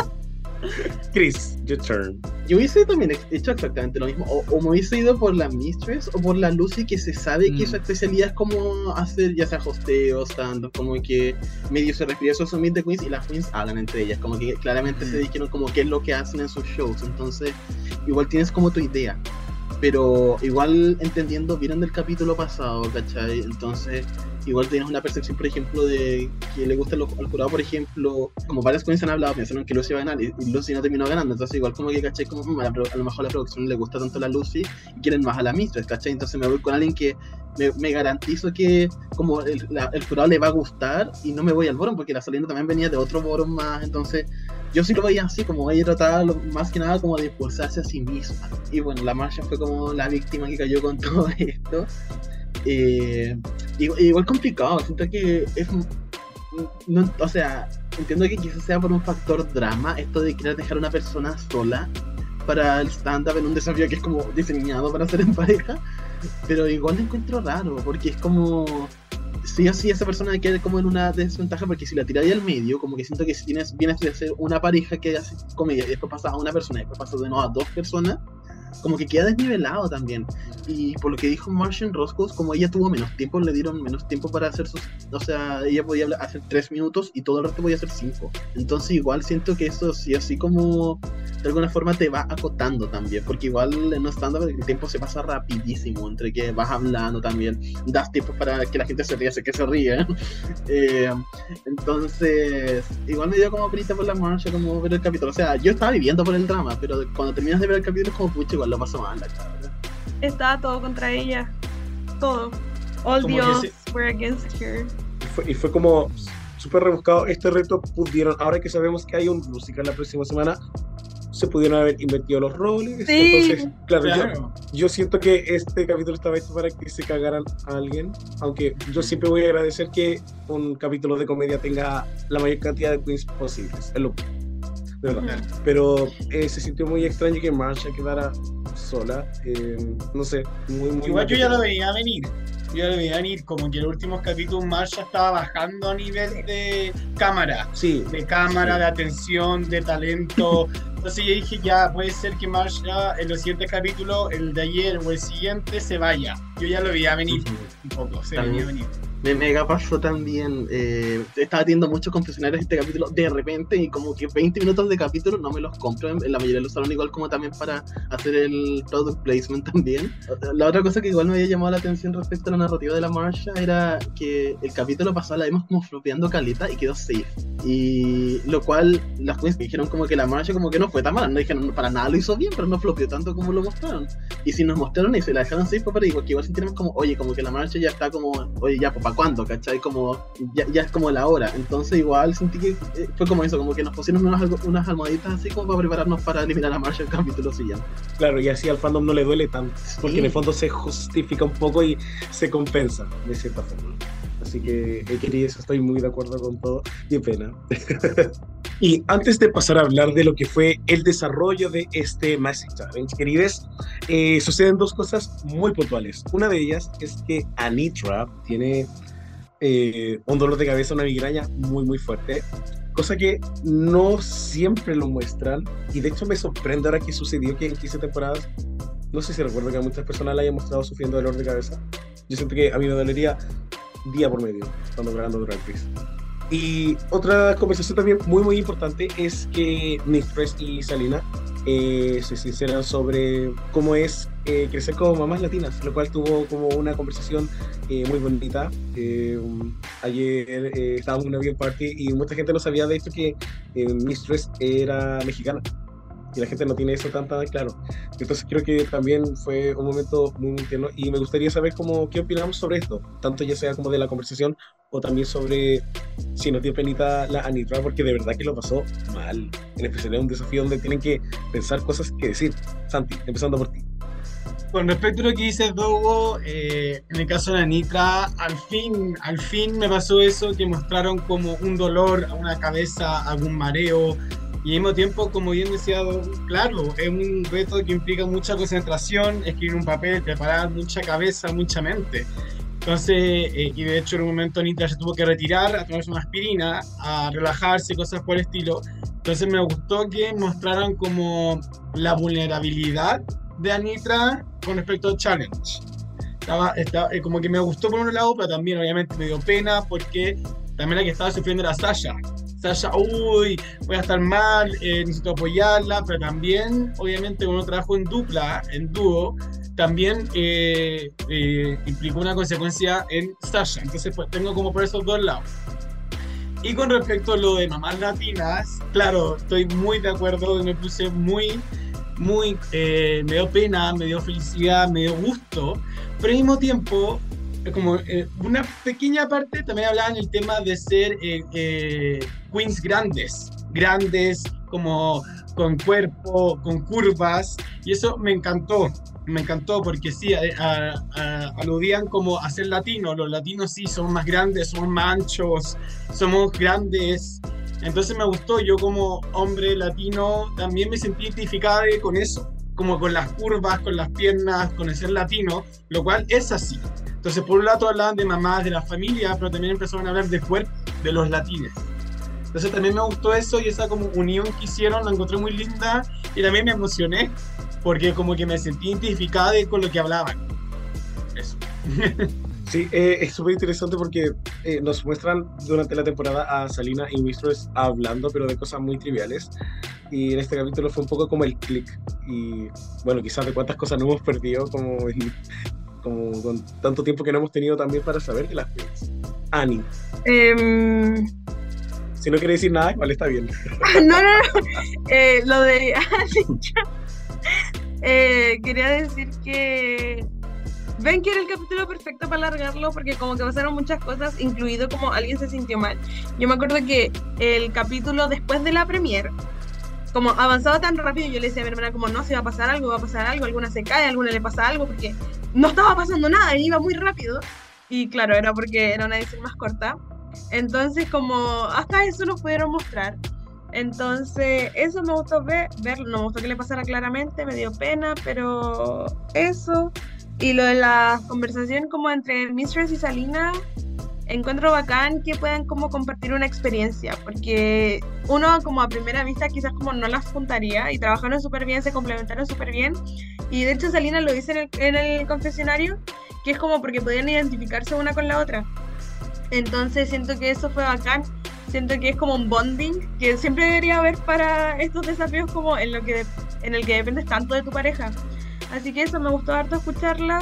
Chris, your turn. Yo hubiese también hecho exactamente lo mismo, o me hubiese ido por la Mistress o por la Lucy, que se sabe que su especialidad es como hacer ya sea hosteos, stand-up, como que medio se refiere a esos Meet the Queens y las Queens hablan entre ellas, como que claramente se dijeron como qué es lo que hacen en sus shows, entonces igual tienes como tu idea. Pero igual entendiendo, vieron del capítulo pasado, ¿cachai? Entonces igual tienes una percepción, por ejemplo, de que le gusta al jurado, por ejemplo, como varias cosas han hablado, pensaron que Lucy iba a ganar y Lucy no terminó ganando, entonces igual como que, ¿cachai? Como a lo mejor a la producción le gusta tanto a la Lucy y quieren más a la Mistress, ¿cachai? Entonces me voy con alguien que me garantizo que como el jurado le va a gustar y no me voy al bottom, porque la Salina también venía de otro bottom más, entonces yo sí lo veía así, como ella trataba más que nada como de impulsarse a sí misma. Y bueno, la Marcia fue como la víctima que cayó con todo esto. Igual complicado, siento que es... No, o sea, entiendo que quizás sea por un factor drama, esto de querer dejar a una persona sola para el stand-up en un desafío que es como diseñado para ser en pareja, pero igual lo encuentro raro, porque es como... Sí o sí esa persona queda como en una desventaja, porque si la tiráis al medio, como que siento que si vienes de ser una pareja que hace comedia y después pasa a una persona y después pasa de nuevo a 2 personas, como que queda desnivelado también. Y por lo que dijo Marcia Roscoe, como ella tuvo menos tiempo, le dieron menos tiempo para hacer sus... O sea, ella podía hacer 3 minutos y todo el resto podía hacer 5. Entonces igual siento que eso sí así como de alguna forma te va acotando también, porque igual en un stand-up el tiempo se pasa rapidísimo, entre que vas hablando también, das tiempos para que la gente se ríe, sé que se ríe. Entonces, igual me dio como penita por la marcha, como ver el capítulo. O sea, yo estaba viviendo por el drama, pero cuando terminas de ver el capítulo es como, pucha, igual lo paso mal, la cabra. Estaba todo contra ella. Todo. All Como the que odds were against her. Y fue como súper rebuscado este reto. Pudieron, ahora que sabemos que hay un musical la próxima semana, se pudieron haber invertido los roles. Sí. Entonces, claro, Claro. yo siento que este capítulo estaba hecho para que se cagaran a alguien, aunque yo siempre voy a agradecer que un capítulo de comedia tenga la mayor cantidad de queens posibles, es lo de verdad. Pero se sintió muy extraño que Marsha quedara sola, no sé, muy Igual yo ya lo veía venir. Yo ya lo veía venir, como que en los últimos capítulos Marsha estaba bajando a nivel de cámara. Sí, De cámara, sí. de atención, de talento. Entonces yo dije, ya, puede ser que Marsha en los siguientes capítulos, el de ayer o el siguiente, se vaya. Yo ya lo veía venir un poco, se También. venía venir. Me mega pasó también, estaba teniendo muchos confesionarios este capítulo de repente y como que 20 minutos de capítulo no me los compro, en la mayoría los usaron igual como también para hacer el product placement también. La otra cosa que igual me había llamado la atención respecto a la narrativa de la Marsha era que el capítulo pasado la vimos como flopeando caleta y quedó safe. Y lo cual las queens dijeron como que la Marsha como que no fue tan mala, no dijeron para nada lo hizo bien, pero no flopeó tanto como lo mostraron. Y si nos mostraron eso y la dejaron safe, pues que igual sentimos como, oye, como que la Marsha ya está como, oye, ya, pues ¿para cuándo? ¿Cachai? Como, ya es como la hora. Entonces igual sentí que fue como eso, como que nos pusieron unas almohaditas así como para prepararnos para eliminar a Marsha el capítulo siguiente. Claro, y así al fandom no le duele tanto, porque Sí. en el fondo se justifica un poco y se compensa de cierta forma. Así que, queridos, estoy muy de acuerdo con todo. Qué pena. Y antes de pasar a hablar de lo que fue el desarrollo de este Massive Challenge, queridos, suceden dos cosas muy puntuales. Una de ellas es que Anitra tiene un dolor de cabeza, una migraña muy fuerte, cosa que no siempre lo muestran, y de hecho me sorprende ahora que sucedió que en 15 temporadas, no sé si recuerdo que a muchas personas la hayan mostrado sufriendo dolor de cabeza. Yo siento que a mí me dolería día por medio cuando grabando Drag Race. Y otra conversación también muy importante es que Mistress y Salina se sinceran sobre cómo es crecer como mamás latinas, lo cual tuvo como una conversación muy bonita. Ayer estábamos en una bien party y mucha gente no sabía de hecho que Mistress era mexicana. Y la gente no tiene eso tan claro. Entonces creo que también fue un momento muy tierno y me gustaría saber qué opinamos sobre esto, tanto ya sea como de la conversación o también sobre si nos dio penita la Anitra, porque de verdad que lo pasó mal. En especial es un desafío donde tienen que pensar cosas que decir. Santi, empezando por ti. Con respecto a lo que dices, Dogo, en el caso de Anitra, al fin me pasó eso, que mostraron como un dolor a una cabeza, algún mareo. Y al mismo tiempo, como bien decía, claro, es un reto que implica mucha concentración, escribir un papel, preparar mucha cabeza, mucha mente. Entonces, y de hecho en un momento Anitra se tuvo que retirar a tomarse una aspirina, a relajarse, cosas por el estilo. Entonces me gustó que mostraran como la vulnerabilidad de Anitra con respecto al challenge. Como que me gustó por un lado, pero también obviamente me dio pena porque también la que estaba sufriendo era Sasha. Sasha, uy, voy a estar mal, necesito apoyarla, pero también, obviamente, cuando trabajo en dupla, en dúo, también implicó una consecuencia en Sasha. Entonces, pues tengo como por esos dos lados. Y con respecto a lo de mamás latinas, claro, estoy muy de acuerdo, me puse muy, me dio pena, me dio felicidad, me dio gusto, pero al mismo tiempo, como una pequeña parte también hablaba en el tema de ser queens grandes, como con cuerpo, con curvas, y eso me encantó porque sí, aludían como a ser latinos, los latinos sí somos más grandes, somos más anchos, somos grandes, entonces me gustó, yo como hombre latino también me sentí identificada con eso, como con las curvas, con las piernas, con el ser latino, lo cual es así. Entonces, por un lado hablaban de mamás, de la familia, pero también empezaron a hablar de cuerpo, de los latinos. Entonces también me gustó eso y esa como unión que hicieron, la encontré muy linda y también me emocioné porque como que me sentí identificada con lo que hablaban. Eso. Sí, es súper interesante porque nos muestran durante la temporada a Salina y Mistress hablando, pero de cosas muy triviales. Y en este capítulo fue un poco como el click. Y bueno, quizás de cuántas cosas no hemos perdido, como con tanto tiempo que no hemos tenido también para saber de las queens. Annie, si no quiere decir nada, igual está bien. No. Lo de quería decir que ven que era el capítulo perfecto para alargarlo porque como que pasaron muchas cosas, incluido como alguien se sintió mal. Yo me acuerdo que el capítulo después de la premiere como avanzaba tan rápido, yo le decía a mi hermana como no, si va a pasar algo, alguna se cae, alguna le pasa algo, porque no estaba pasando nada, y iba muy rápido. Y claro, era porque era una edición más corta. Entonces como hasta eso nos pudieron mostrar. Entonces eso me gustó verlo, no me gustó que le pasara claramente, me dio pena, pero eso. Y lo de la conversación como entre Mistress y Salina, encuentro bacán que puedan como compartir una experiencia, porque uno como a primera vista quizás como no las juntaría y trabajaron súper bien, se complementaron súper bien, y de hecho Salina lo dice en el confesionario, que es como porque podían identificarse una con la otra. Entonces siento que eso fue bacán, siento que es como un bonding que siempre debería haber para estos desafíos como en el que dependes tanto de tu pareja. Así que eso, me gustó harto escucharlas.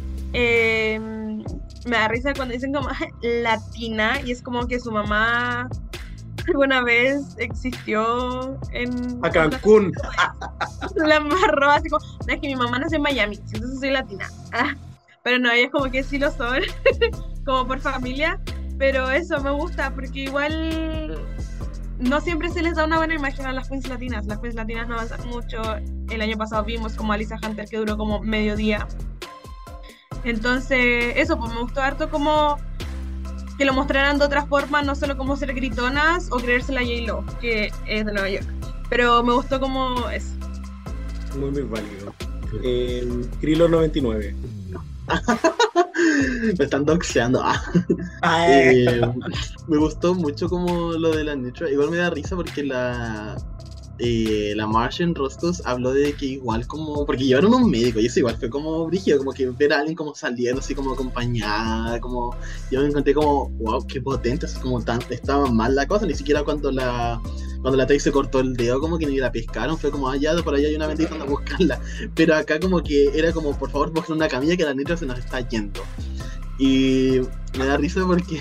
Me da risa cuando dicen como latina, y es como que su mamá alguna vez existió en... A Cancún. La amarró así como, no, es que mi mamá nació en Miami, entonces soy latina. Pero no, ella es como que sí lo son, como por familia. Pero eso me gusta, porque igual no siempre se les da una buena imagen a las queens latinas. Las queens latinas no avanzan mucho. El año pasado vimos como a Lisa Hunter, que duró como medio día. Entonces, eso, pues me gustó harto como que lo mostraran de otra forma, no solo como ser gritonas o creerse la J-Lo, que es de Nueva York. Pero me gustó como eso. Muy, muy válido. Krilo 99. Me están doxeando. Me gustó mucho como lo de la Nitra. Igual me da risa porque la Martian Rostos habló de que igual como, porque llevaron un médico y eso igual fue como brígido, como que ver a alguien como saliendo así como acompañada, como yo me encontré como wow, qué potente, así como tan, estaba mal la cosa, ni siquiera cuando la Tay se cortó el dedo como que ni la pescaron, fue como allá, por allá hay una bendita, anda a buscarla, pero acá como que era como por favor busquen una camilla que la Nitra se nos está yendo. Y me da risa porque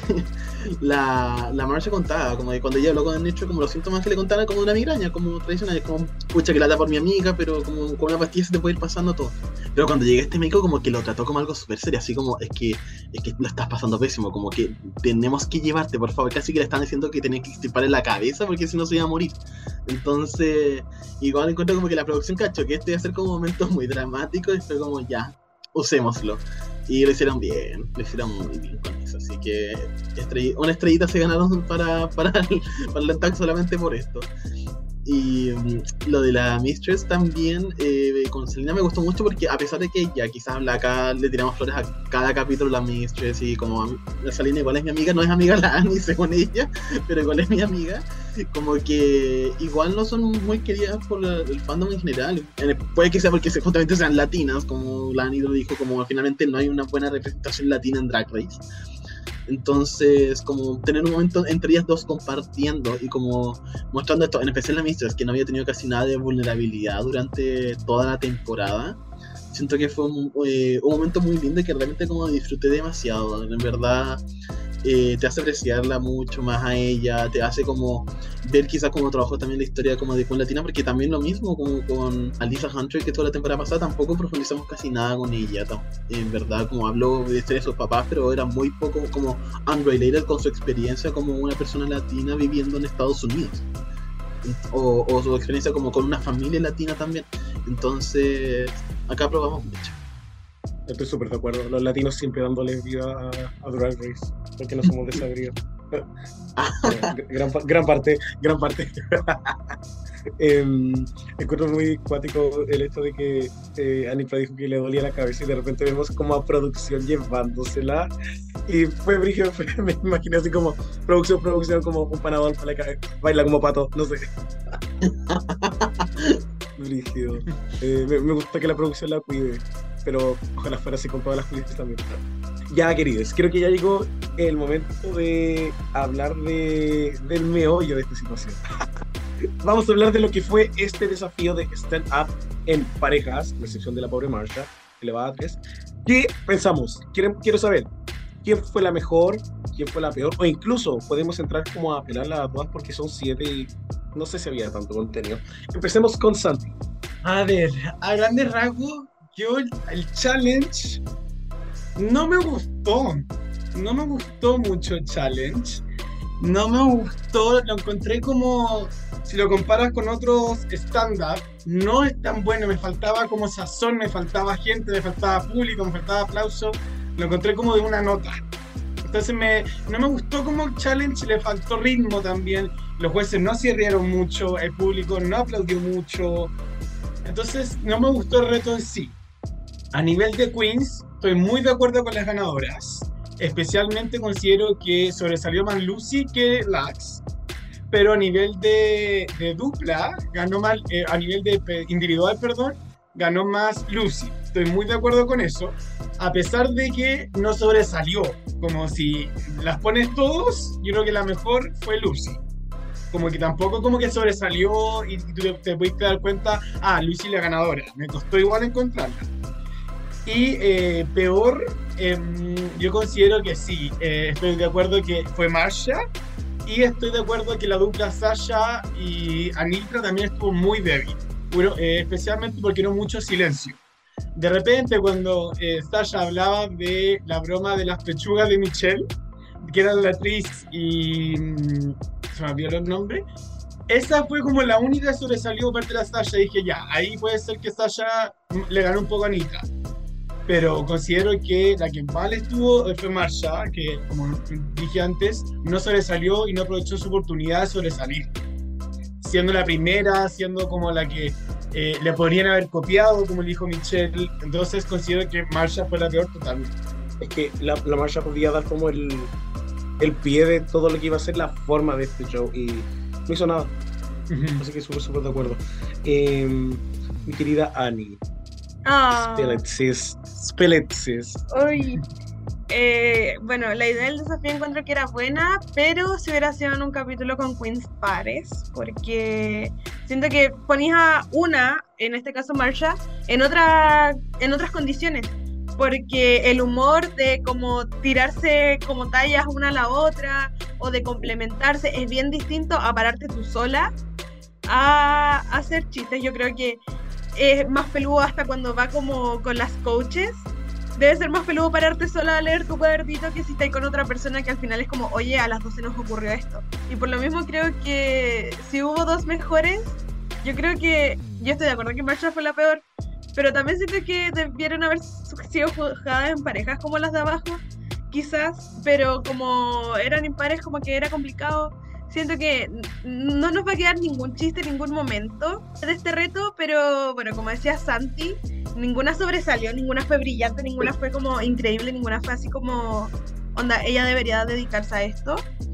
la Marcia contaba, como que cuando ella habló con el Nicho, como los síntomas que le contaban como una migraña, como tradicional, como pucha que lata por mi amiga, pero como con una pastilla se te puede ir pasando todo. Pero cuando llegué a este médico como que lo trató como algo súper serio, así como es que lo estás pasando pésimo, como que tenemos que llevarte, por favor, casi que le están diciendo que tenés que extirparle la cabeza porque si no se iba a morir. Entonces, igual encuentro como que la producción cachó que este iba a ser como momentos muy dramáticos y fue como ya, usémoslo. Y lo hicieron bien, lo hicieron muy bien con eso. Así que una estrellita se ganaron para el tag solamente por esto. Y lo de la Mistress también, con Selena me gustó mucho porque a pesar de que ya quizás acá le tiramos flores a cada capítulo la Mistress y como la Selena igual es mi amiga, no es amiga la Annie según ella, pero igual es mi amiga, como que igual no son muy queridas por el fandom en general. Puede que sea porque justamente sean latinas, como la Annie lo dijo, como finalmente no hay una buena representación latina en Drag Race. Entonces, como tener un momento entre ellas dos compartiendo y como mostrando esto, en especial la Mistress, que no había tenido casi nada de vulnerabilidad durante toda la temporada, siento que fue un momento muy lindo y que realmente como disfruté demasiado. En verdad, te hace apreciarla mucho más a ella, te hace como ver quizás como trabajó también la historia como de Queen Latina, porque también lo mismo como con Lisa Hunter, que toda la temporada pasada tampoco profundizamos casi nada con ella, en verdad como habló de historia de sus papás, pero era muy poco como unrelated con su experiencia como una persona latina viviendo en Estados Unidos, o su experiencia como con una familia latina también. Entonces acá probamos mucho. Estoy súper de acuerdo. Los latinos siempre dándole vida a Drag Race, porque no somos desabridos. gran parte. Encuentro muy cuático el hecho de que Anitra dijo que le dolía la cabeza y de repente vemos como a producción llevándosela. Y fue brígido, me imaginé así como producción, como un panador para la cabeza, baila como pato, no sé. Brígido. Me gusta que la producción la cuide, pero ojalá fuera así con todas las queens también. Ya, queridos, creo que ya llegó el momento de hablar del meollo de esta situación. Vamos a hablar de lo que fue este desafío de Stand Up en parejas, a excepción de la pobre Marsha, elevada a 3. ¿Qué pensamos? Quiero saber quién fue la mejor, quién fue la peor, o incluso podemos entrar como a apelarla a todas porque son 7 y no sé si había tanto contenido. Empecemos con Santi. A ver, a grandes rasgos, yo el challenge no me gustó. No me gustó mucho el challenge. No me gustó, lo encontré como, si lo comparas con otros stand-up, no es tan bueno. Me faltaba como sazón, me faltaba gente, me faltaba público, me faltaba aplauso. Lo encontré como de una nota. Entonces no me gustó como challenge, le faltó ritmo también. Los jueces no se rieron mucho, el público no aplaudió mucho. Entonces no me gustó el reto en sí. A nivel de Queens, estoy muy de acuerdo con las ganadoras. Especialmente considero que sobresalió más Lucy que Lax. Pero a nivel de dupla, ganó más, a nivel de individual, perdón, ganó más Lucy. Estoy muy de acuerdo con eso. A pesar de que no sobresalió. Como si las pones todos, yo creo que la mejor fue Lucy. Como que tampoco como que sobresalió y tú te pudiste dar cuenta, Lucy la ganadora. Me costó igual encontrarla. Y peor, yo considero que sí, estoy de acuerdo que fue Marsha. Y estoy de acuerdo que la dupla Sasha y Anitra también estuvo muy débil. Bueno, especialmente porque no mucho silencio. De repente cuando Sasha hablaba de la broma de las pechugas de Michelle, que era la actriz y se me olvidó el nombre, esa fue como la única que sobresalió parte de la Sasha. Dije ya, ahí puede ser que Sasha le ganó un poco a Anitra. Pero considero que la que mal estuvo fue Marsha, que como dije antes, no sobresalió y no aprovechó su oportunidad de sobresalir. Siendo la primera, siendo como la que le podrían haber copiado, como le dijo Michelle. Entonces considero que Marsha fue la peor totalmente. Es que la Marsha podía dar como el pie de todo lo que iba a ser la forma de este show y no hizo nada. Así que súper de acuerdo. Mi querida Annie. Spill it, sis. Uy. Bueno, la idea del desafío encuentro que era buena, pero si hubiera sido en un capítulo con Queens pares, porque siento que ponías a una, en este caso Marsha, en otras condiciones, porque el humor de como tirarse como tallas una a la otra, o de complementarse, es bien distinto a pararte tú sola a hacer chistes. Yo creo que es más peludo hasta cuando va como con las coaches. Debe ser más peludo pararte sola a leer tu cuadernito que si estás con otra persona que al final es como, oye, a las 12 nos ocurrió esto. Y por lo mismo creo que si hubo dos mejores, yo creo que, yo estoy de acuerdo que Marsha fue la peor, pero también siento que debieron haber sido juzgadas en parejas como las de abajo, quizás, pero como eran impares como que era complicado. Siento que no nos va a quedar ningún chiste en ningún momento de este reto, pero bueno, como decía Santi, ninguna sobresalió, ninguna fue brillante, ninguna fue como increíble, ninguna fue así como, onda, ella debería dedicarse a esto.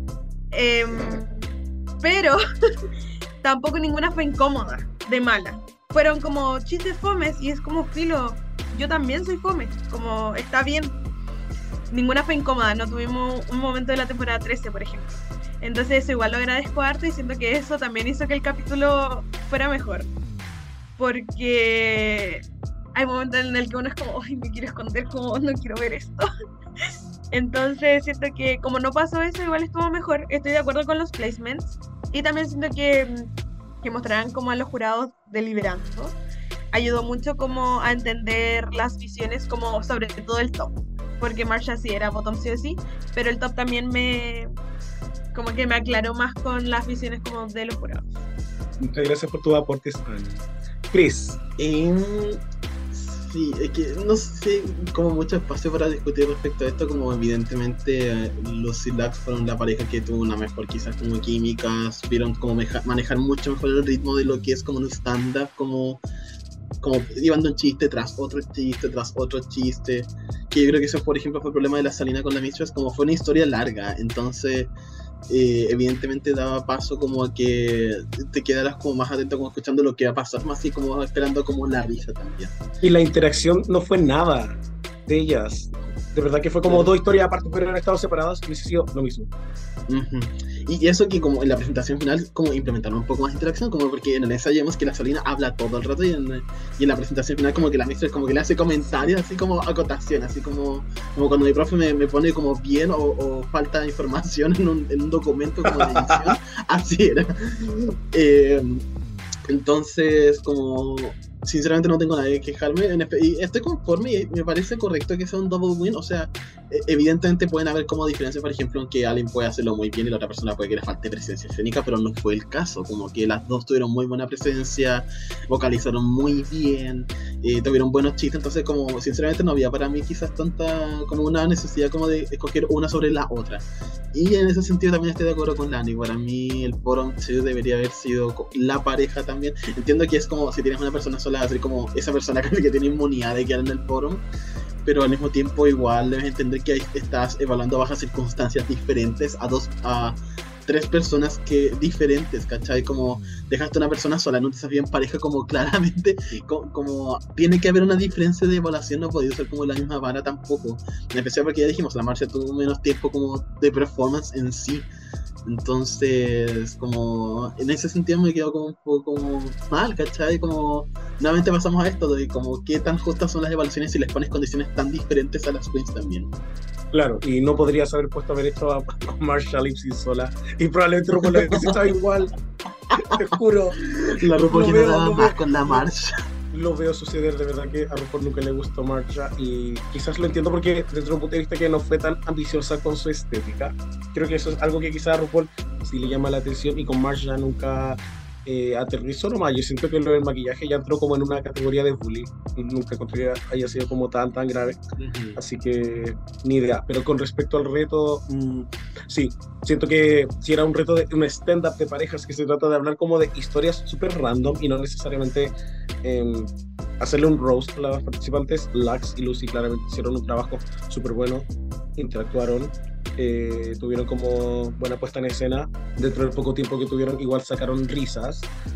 Pero tampoco ninguna fue incómoda, de mala. Fueron como chistes fomes y es como filo, yo también soy fome, como está bien. Ninguna fue incómoda, no tuvimos un momento de la temporada 13, por ejemplo. Entonces eso igual lo agradezco harto y siento que eso también hizo que el capítulo fuera mejor. Porque hay momentos en el que uno es como, ay, me quiero esconder, como no quiero ver esto. Entonces siento que como no pasó eso, igual estuvo mejor. Estoy de acuerdo con los placements. Y también siento que mostrarán como a los jurados deliberando. Ayudó mucho como a entender las visiones, como sobre todo el top. Porque Marsha sí era bottom sí o sí, pero el top también como que me aclaró más con las visiones como de los jurados. Muchas gracias por tus aportes, Annie. Chris. Sí, es que no sé, como mucho espacio para discutir respecto a esto, como evidentemente los Lax fueron la pareja que tuvo una mejor quizás como química, supieron como manejar mucho mejor el ritmo de lo que es como un stand-up, como llevando un chiste tras otro chiste, que yo creo que eso por ejemplo fue el problema de la Salina con la Mistress, como fue una historia larga, entonces evidentemente daba paso como a que te quedaras como más atento como escuchando lo que va a pasar, más así como esperando como la risa también. Y la interacción no fue nada de ellas. de verdad que fue como dos historias aparte, pero han estado separadas y hubiese sido lo mismo. Ujú. Y eso que como en la presentación final como implementaron un poco más de interacción, como porque en el ensayo vemos que la Solina habla todo el rato y en la presentación final como que la maestra como que le hace comentarios así como acotación, así como cuando mi profe me pone como bien o falta información en un documento como de edición, así era. Entonces, como sinceramente no tengo nada que quejarme y estoy conforme y me parece correcto que sea un double win. O sea, evidentemente pueden haber como diferencias, por ejemplo, en que alguien puede hacerlo muy bien y la otra persona puede que le falte presencia escénica, pero no fue el caso. Como que las dos tuvieron muy buena presencia, vocalizaron muy bien, tuvieron buenos chistes. Entonces, como sinceramente no había para mí quizás tanta como una necesidad como de escoger una sobre la otra. Y en ese sentido también estoy de acuerdo con Lani. Para mí el Bottom 2 debería haber sido la pareja también. Entiendo que es como si tienes una persona sola, así como esa persona que tiene inmunidad de quedar en el bottom, pero al mismo tiempo igual debes entender que estás evaluando bajo circunstancias diferentes a tres personas diferentes, ¿cachai? Como dejaste a una persona sola en un desafío en pareja, como claramente como tiene que haber una diferencia de evaluación, no ha podido ser como la misma vara tampoco, en especial porque ya dijimos, la Marcia tuvo menos tiempo como de performance en sí. Entonces, como en ese sentido me quedo como un poco como mal, ¿cachai? Como nuevamente pasamos a esto de como qué tan justas son las evaluaciones si les pones condiciones tan diferentes a las queens también. Claro, y no podrías haber puesto a ver esto a Marsha Lipsy sola, y probablemente RuPaul lo hubiese estado igual, te juro. La RuPaul que no daba más con la Marsha. Lo veo suceder, de verdad que a RuPaul nunca le gustó Marsha, y quizás lo entiendo porque desde un punto de vista que no fue tan ambiciosa con su estética. Creo que eso es algo que quizás a RuPaul sí le llama la atención, y con Marsha nunca aterrizó nomás. Yo siento que lo del maquillaje ya entró como en una categoría de bullying, y nunca encontré que haya sido como tan grave. Así que ni idea. Pero con respecto al reto, sí, siento que si era un reto de un stand-up de parejas, que se trata de hablar como de historias súper random y no necesariamente hacerle un roast a las participantes. Lux y Lucy claramente hicieron un trabajo súper bueno, interactuaron, tuvieron como buena puesta en escena. Dentro del poco tiempo que tuvieron, igual sacaron risas.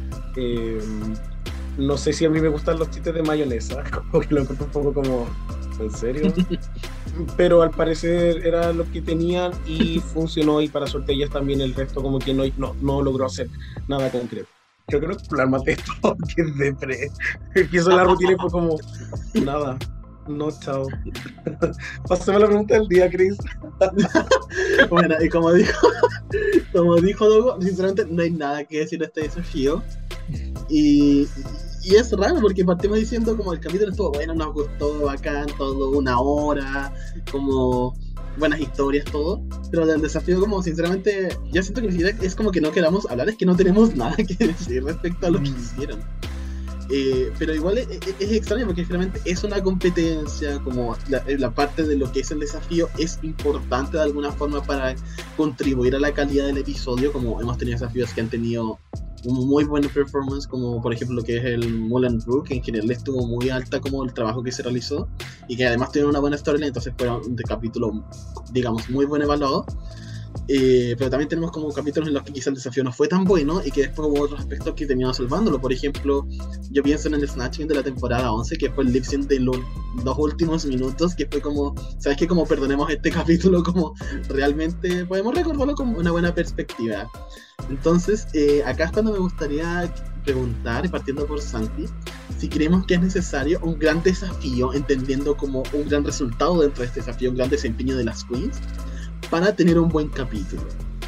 No sé si a mí me gustan los chistes de mayonesa, como que lo encuentro un poco como, ¿en serio? Pero al parecer era lo que tenían y funcionó, y para suerte ellas también. El resto como que no logró hacer nada concreto. Yo creo que hablar más de esto que es depre. Empiezo la rutina y fue como, nada. No, chao. Pásame la pregunta del día, Chris. Bueno, y como dijo Dogo, sinceramente no hay nada que decir de este desafío. Y es raro porque partimos diciendo como el capítulo estuvo bueno, nos gustó, bacán, todo, 1 hora, como buenas historias, todo. Pero del desafío, como sinceramente, yo siento que ni siquiera es como que no queramos hablar, es que no tenemos nada que decir respecto a lo que hicieron. Pero igual es extraño porque finalmente es una competencia, como la parte de lo que es el desafío es importante de alguna forma para contribuir a la calidad del episodio, como hemos tenido desafíos que han tenido un muy buen performance, como por ejemplo lo que es el Moulin Rouge, que en general estuvo muy alta como el trabajo que se realizó y que además tiene una buena storyline, entonces fue un capítulo, digamos, muy buen evaluado. Pero también tenemos como capítulos en los que quizá el desafío no fue tan bueno y que después hubo otros aspectos que terminaron salvándolo. Por ejemplo, yo pienso en el Snatching de la temporada 11, que fue el lip sync de los 2 últimos minutos, que fue como, ¿sabes qué? Como perdonemos este capítulo, como realmente podemos recordarlo con una buena perspectiva. Entonces, acá es cuando me gustaría preguntar, partiendo por Santi, si creemos que es necesario un gran desafío, entendiendo como un gran resultado dentro de este desafío, un gran desempeño de las queens, para tener un buen capítulo.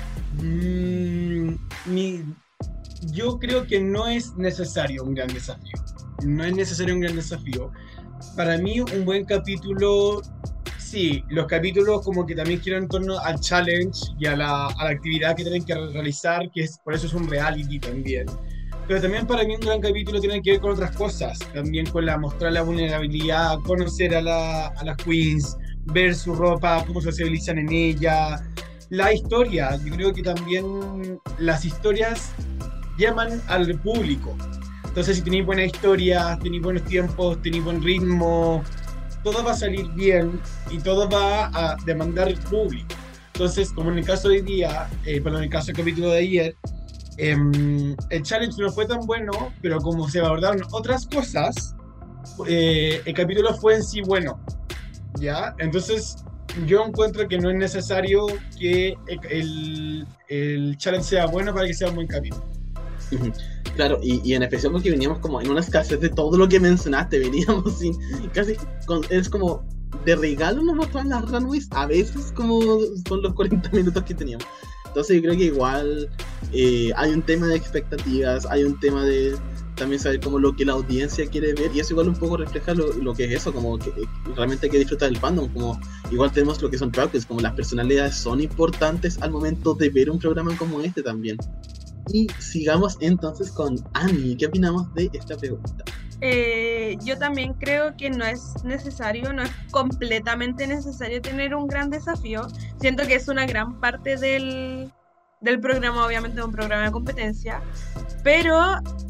Yo creo que no es necesario un gran desafío. No es necesario un gran desafío. Para mí, un buen capítulo, sí, los capítulos como que también giran en torno al challenge y a la actividad que tienen que realizar, que es, por eso es un reality también. Pero también para mí un gran capítulo tiene que ver con otras cosas, también con mostrar la vulnerabilidad, conocer a las queens, ver su ropa, cómo se socializan en ella, la historia. Yo creo que también las historias llaman al público. Entonces, si tenéis buena historia, tenéis buenos tiempos, tenéis buen ritmo, todo va a salir bien y todo va a demandar el público. Entonces, como en el caso de hoy día, en el caso del capítulo de ayer, el challenge no fue tan bueno, pero como se abordaron otras cosas, el capítulo fue en sí bueno. ¿ya? Entonces, yo encuentro que no es necesario que el challenge sea bueno para que sea un buen capítulo. Ujú. Claro, y en especial porque veníamos como en una escasez de todo lo que mencionaste, veníamos sin, casi, es como de regalo nos mostraban las runways, a veces como con los 40 minutos que teníamos. Entonces yo creo que igual hay un tema de expectativas, hay un tema de también saber como lo que la audiencia quiere ver, y eso igual un poco refleja lo que es eso, como que realmente hay que disfrutar del fandom, como igual tenemos lo que son drag queens, como las personalidades son importantes al momento de ver un programa como este también. Y sigamos entonces con Annie. ¿Qué opinamos de esta pregunta? Yo también creo que no es necesario, no es completamente necesario tener un gran desafío. Siento que es una gran parte del programa, obviamente un programa de competencia, pero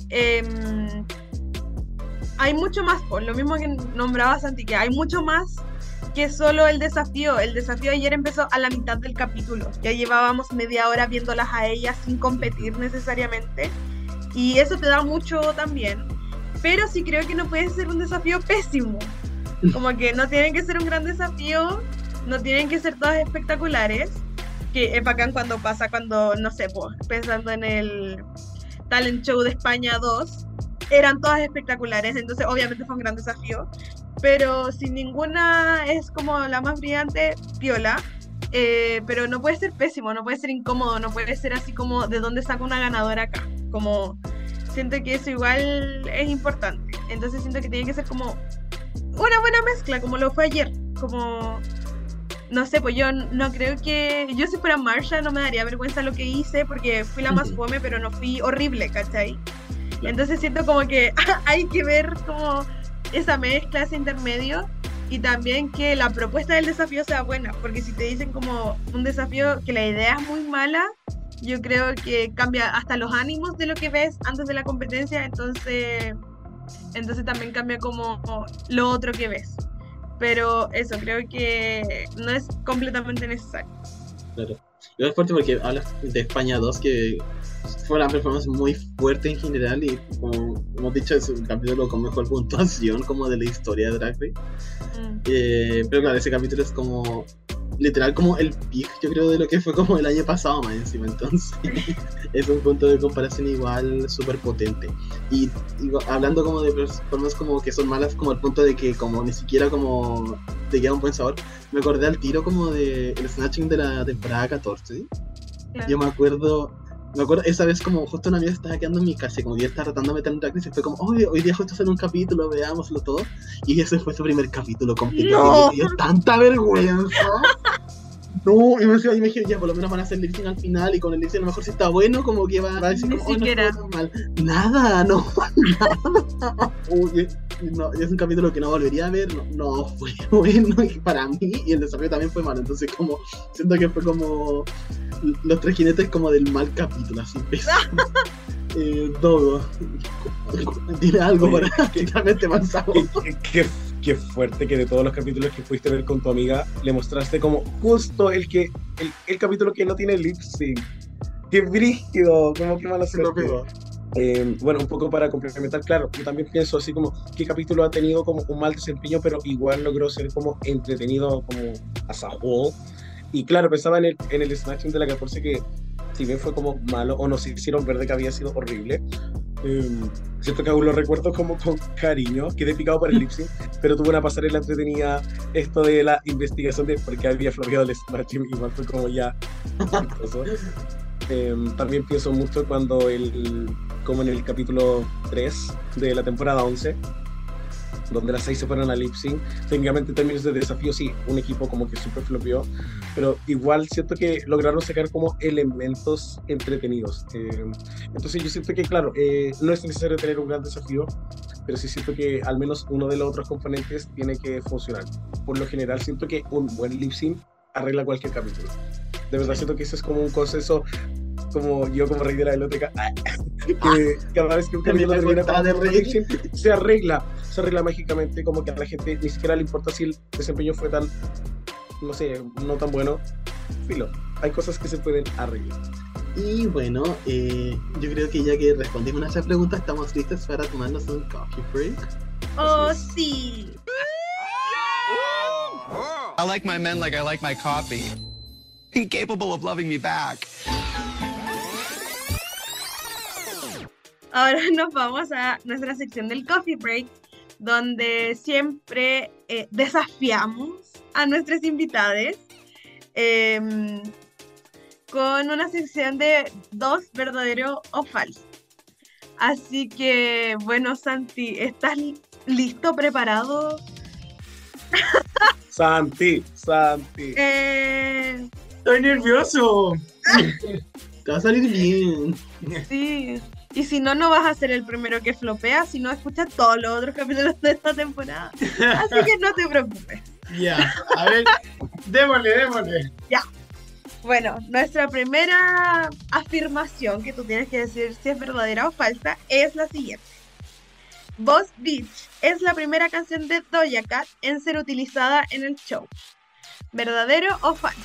hay mucho más, por lo mismo que nombraba Santi, que hay mucho más que solo el desafío. El desafío ayer empezó a la mitad del capítulo. Ya llevábamos media hora viéndolas a ellas sin competir necesariamente. Y eso te da mucho también. Pero sí creo que no puede ser un desafío pésimo. Como que no tienen que ser un gran desafío, no tienen que ser todas espectaculares. Que es bacán cuando pasa, cuando, no sé, pues, pensando en el Talent Show de España 2, eran todas espectaculares, entonces obviamente fue un gran desafío. Pero si ninguna es como la más brillante, piola. Pero no puede ser pésimo, no puede ser incómodo, no puede ser así como de dónde saco una ganadora acá. Como siento que eso igual es importante. Entonces siento que tiene que ser como una buena mezcla, como lo fue ayer. Como, no sé, pues yo no creo que... Yo si fuera Marsha no me daría vergüenza lo que hice porque fui la más fome, pero no fui horrible, ¿cachai? Entonces siento como que hay que ver como esa mezcla, ese intermedio, y también que la propuesta del desafío sea buena, porque si te dicen como un desafío que la idea es muy mala, yo creo que cambia hasta los ánimos de lo que ves antes de la competencia, entonces también cambia como lo otro que ves. Pero eso, creo que no es completamente necesario. Claro. Y es fuerte porque hablas de España 2, que fue una performance muy fuerte en general, y como hemos dicho, es un capítulo con mejor puntuación como de la historia de Drag Race. Pero claro, ese capítulo es como literal como el peak, yo creo, de lo que fue como el año pasado más encima, entonces es un punto de comparación igual súper potente. Y hablando como de performances como que son malas, como el punto de que como ni siquiera como te queda un buen sabor, me acordé al tiro como de el snatching de la temporada 14. Claro. Yo me acuerdo esa vez como justo una amiga estaba quedando en mi casa y como que yo estaba tratando de meter en Drag Race y fue como, hoy día justo sale un capítulo, veámoslo todo, y ese fue su primer capítulo completo. ¡No! Y me dio tanta vergüenza. No, y me dije, ya, por lo menos van a hacer lip sync al final, y con el lip sync a lo mejor si está bueno, como que va a decir, como, no mal. Nada, no, nada. No, es un capítulo que no volvería a ver, no fue bueno para mí, y el desafío también fue malo, entonces como, siento que fue como los tres jinetes como del mal capítulo, así pésimo. Dogo, tiene algo para quitarme este mal sabor. Qué fuerte que de todos los capítulos que fuiste a ver con tu amiga le mostraste como justo el capítulo que no tiene lip sync. Qué brígido, como que mala suerte. Bueno, un poco para complementar, claro, yo también pienso así como qué capítulo ha tenido como un mal desempeño, pero igual logró ser como entretenido como as a whole. Y claro, pensaba en el snatching de la 14, que si bien fue como malo o nos hicieron ver de que había sido horrible, siento que aún lo recuerdo como con cariño. Quedé picado por el lip sync, pero tuvo una pasarela entretenida. Esto de la investigación de por qué había floreado el snatching igual fue como ya también pienso mucho cuando como en el capítulo 3 de la temporada 11, donde las 6 se fueron a lip sync, técnicamente en términos de desafío sí, un equipo como que súper flopeó, pero igual siento que lograron sacar como elementos entretenidos. Entonces yo siento que claro, no es necesario tener un gran desafío, pero sí siento que al menos uno de los otros componentes tiene que funcionar. Por lo general siento que un buen lip sync arregla cualquier capítulo. De verdad siento que eso es como un consenso, como yo como rey de la biblioteca, que cada vez que un capítulo termina con un lip sync, se arregla mágicamente, como que a la gente ni siquiera le importa si el desempeño fue tan, no sé, no tan bueno. Filo, hay cosas que se pueden arreglar. Y bueno, yo creo que ya que respondimos nuestras preguntas, estamos listos para tomarnos un coffee break. ¡Oh, sí! I like my men like I like my coffee. Incapable of loving me back. Ahora nos vamos a nuestra sección del Coffee Break, donde siempre desafiamos a nuestros invitados con una sección de 2 verdadero o falso. Así que, bueno, Santi, ¿estás listo, preparado? Santi. Estoy nervioso. Te va a salir bien. Sí. Y si no, no vas a ser el primero que flopea, si no escuchas todos los otros capítulos de esta temporada. Así que no te preocupes. Ya, a ver, démosle. Ya. Bueno, nuestra primera afirmación que tú tienes que decir si es verdadera o falsa es la siguiente. Boss Beach es la primera canción de Doja Cat en ser utilizada en el show. ¿Verdadero o falso?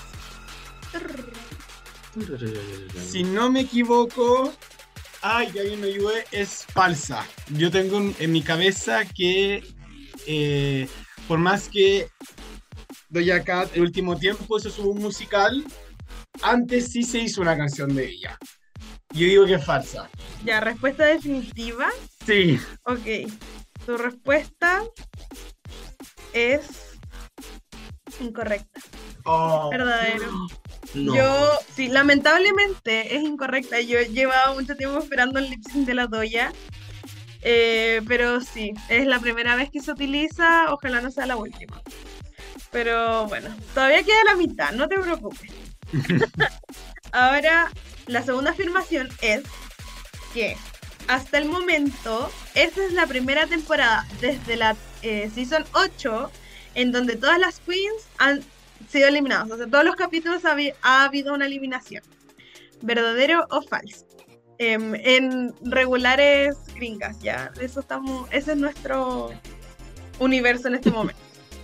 Si no me equivoco, que alguien me ayude, es falsa. Yo tengo en mi cabeza que por más que Doja Cat el último tiempo hizo su musical, antes sí se hizo una canción de ella. Yo digo que es falsa. Ya, respuesta definitiva. Sí. Ok. Tu respuesta es incorrecta. Verdadero. No. Sí, lamentablemente es incorrecta. Yo llevaba mucho tiempo esperando el lip sync de la Doja. Pero sí, es la primera vez que se utiliza. Ojalá no sea la última. Pero bueno, todavía queda la mitad, no te preocupes. Ahora, la segunda afirmación es que hasta el momento, esta es la primera temporada desde la Season 8 en donde todas las queens han sido eliminadas. O sea, todos los capítulos ha habido una eliminación. ¿Verdadero o falso? En regulares gringas, ya. Ese es nuestro universo en este momento.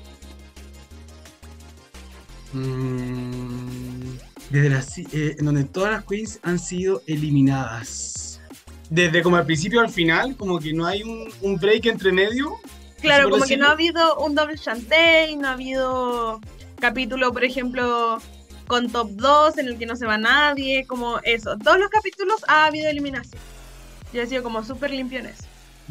Desde en donde todas las queens han sido eliminadas. Desde como al principio al final, como que no hay un break entre medio. Claro, como que no ha habido un double chantey, no ha habido capítulo, por ejemplo, con top 2 en el que no se va nadie, como eso. Todos los capítulos ha habido eliminación. Yo he sido como súper limpio en eso.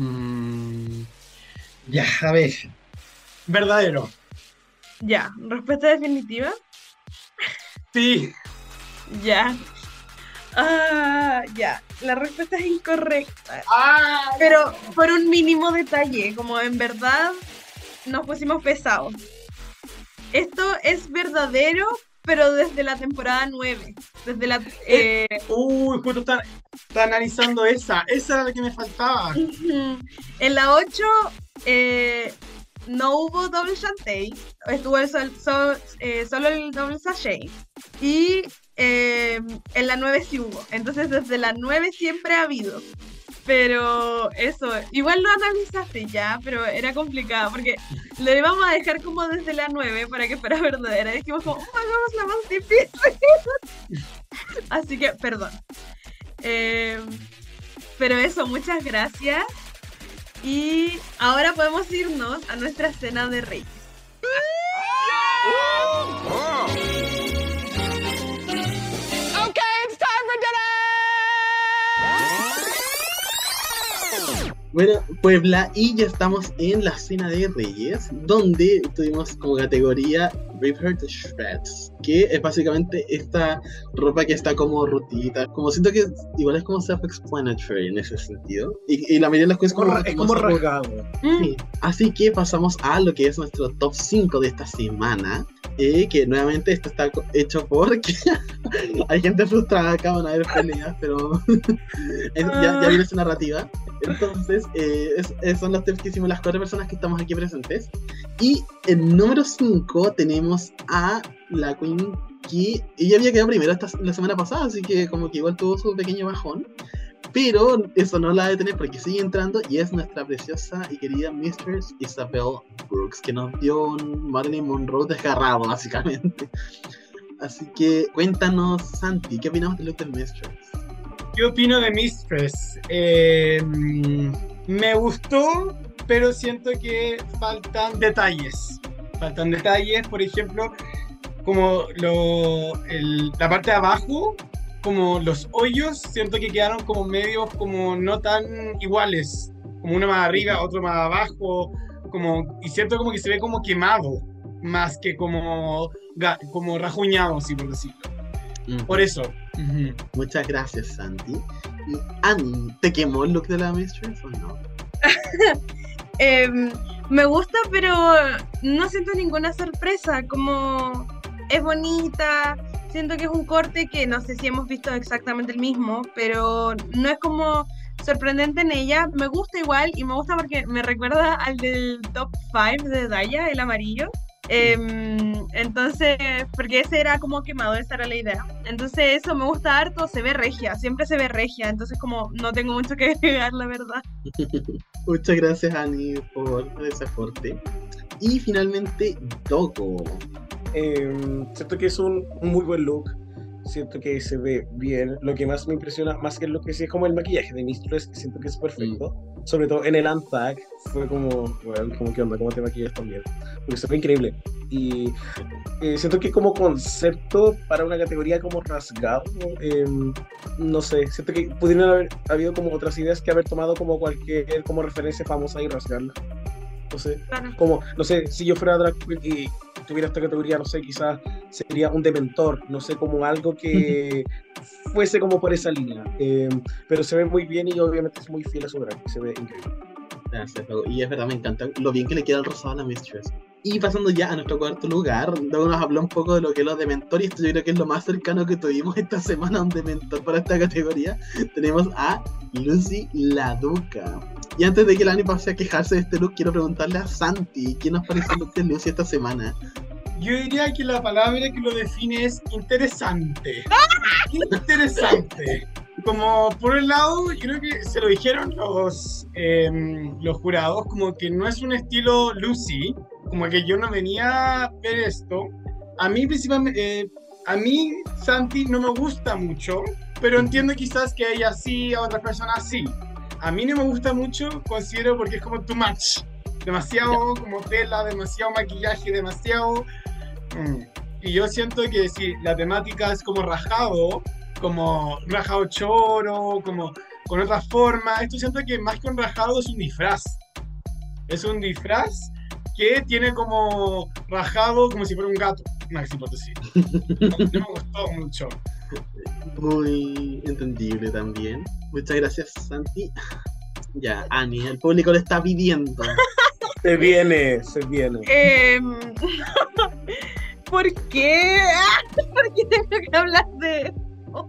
Ya, a ver. Verdadero. Ya, respuesta definitiva. Sí. Ya. Ya. La respuesta es incorrecta. ¡Ah! Pero por un mínimo detalle, como en verdad nos pusimos pesados. Esto es verdadero, pero desde la temporada 9. Desde la... Justo está analizando esa. Esa era la que me faltaba. En la 8 no hubo double chantey. Estuvo solo el double sachet. Y en la 9 sí hubo. Entonces desde la 9 siempre ha habido. Pero eso, igual lo analizaste ya, pero era complicado porque lo íbamos a dejar como desde la 9 para que fuera verdadera. Dijimos como, hagamos la más difícil. Así que, perdón. Pero eso, muchas gracias. Y ahora podemos irnos a nuestra cena de Reyes. Bueno, Puebla, y ya estamos en la cena de Reyes, donde tuvimos como categoría Rip Her to Shreds, que es básicamente esta ropa que está como rutita, como siento que igual es como self-explanatory en ese sentido, y la mayoría de las cosas Es como rasgado. Sí. Así que pasamos a lo que es nuestro top 5 de esta semana, que nuevamente esto está hecho porque hay gente frustrada acá, van a haber peleas, pero ya viene su narrativa. Entonces, son los tips que hicimos las 4 personas que estamos aquí presentes. Y en número 5 tenemos a la Queen, que ella había quedado primero la semana pasada, así que como que igual tuvo su pequeño bajón. Pero eso no la va a detener porque sigue entrando, y es nuestra preciosa y querida Mistress Isabelle Brooks, que nos dio un Marilyn Monroe desgarrado, básicamente. Así que cuéntanos, Santi, ¿qué opinamos del look del Mistress? ¿Qué opino de Mistress? Me gustó, pero siento que faltan detalles. Faltan detalles, por ejemplo, como la parte de abajo, como los hoyos, siento que quedaron como medios como no tan iguales, como uno más arriba, otro más abajo, y siento como que se ve como quemado, más que como rajuñado, así por decirlo. Por eso. Muchas gracias, Santi. Y Annie, ¿te quemó el look de la Mistress o no? Me gusta, pero no siento ninguna sorpresa, como es bonita, siento que es un corte que no sé si hemos visto exactamente el mismo, pero no es como sorprendente en ella. Me gusta igual y me gusta porque me recuerda al del top 5 de Daya, el amarillo. Entonces, porque ese era como quemado, esa era la idea. Entonces eso me gusta harto, se ve regia, siempre se ve regia, entonces como no tengo mucho que agregar, la verdad. Muchas gracias, Annie, por ese aporte. Y finalmente, Dogo. Siento que es un muy buen look. Siento que se ve bien. Lo que más me impresiona, más que lo que sí, es como el maquillaje de Mistress, que siento que es perfecto. Sobre todo en el Untag, fue como, bueno, como ¿qué onda? ¿Cómo te maquillas también? Porque se ve increíble. Y siento que como concepto para una categoría como rasgado, no sé, siento que pudieron haber habido como otras ideas que haber tomado como cualquier como referencia famosa y rasgarla. No sé, Claro. como, no sé, si yo fuera drag queen y tuviera esta categoría, no sé, quizás sería un dementor, no sé, como algo que fuese como por esa línea. Pero se ve muy bien y obviamente es muy fiel a su drag, se ve increíble. Gracias, Dogo. Y es verdad, me encanta lo bien que le queda el rosado a la Mistress. Y pasando ya a nuestro cuarto lugar, Dogo nos habló un poco de lo que es los Dementor, y esto yo creo que es lo más cercano que tuvimos esta semana a un Dementor para esta categoría. Tenemos a Lucy Laduca. Y antes de que Lani pase a quejarse de este look, quiero preguntarle a Santi, ¿qué nos parece el look de Lucy esta semana? Yo diría que la palabra que lo define es interesante. Interesante. Como por un lado, yo creo que se lo dijeron los jurados, como que no es un estilo Lucy, como que yo no venía a ver esto. A mí principalmente, a mí Santi no me gusta mucho, pero entiendo quizás que a ella sí, a otras personas sí. A mí no me gusta mucho, considero, porque es como too much. Demasiado como tela, demasiado maquillaje, demasiado... Y yo siento que si la temática es como rajado choro, como con otra forma, esto siento que más que un rajado es un disfraz. Es un disfraz que tiene como rajado como si fuera un gato, una hipótesis. No me gustó mucho. Muy entendible también. Muchas gracias, Santi. Ya, Annie, el público le está pidiendo. Se viene, se viene. ¿Por qué? ¿Por qué tengo que hablar de eso?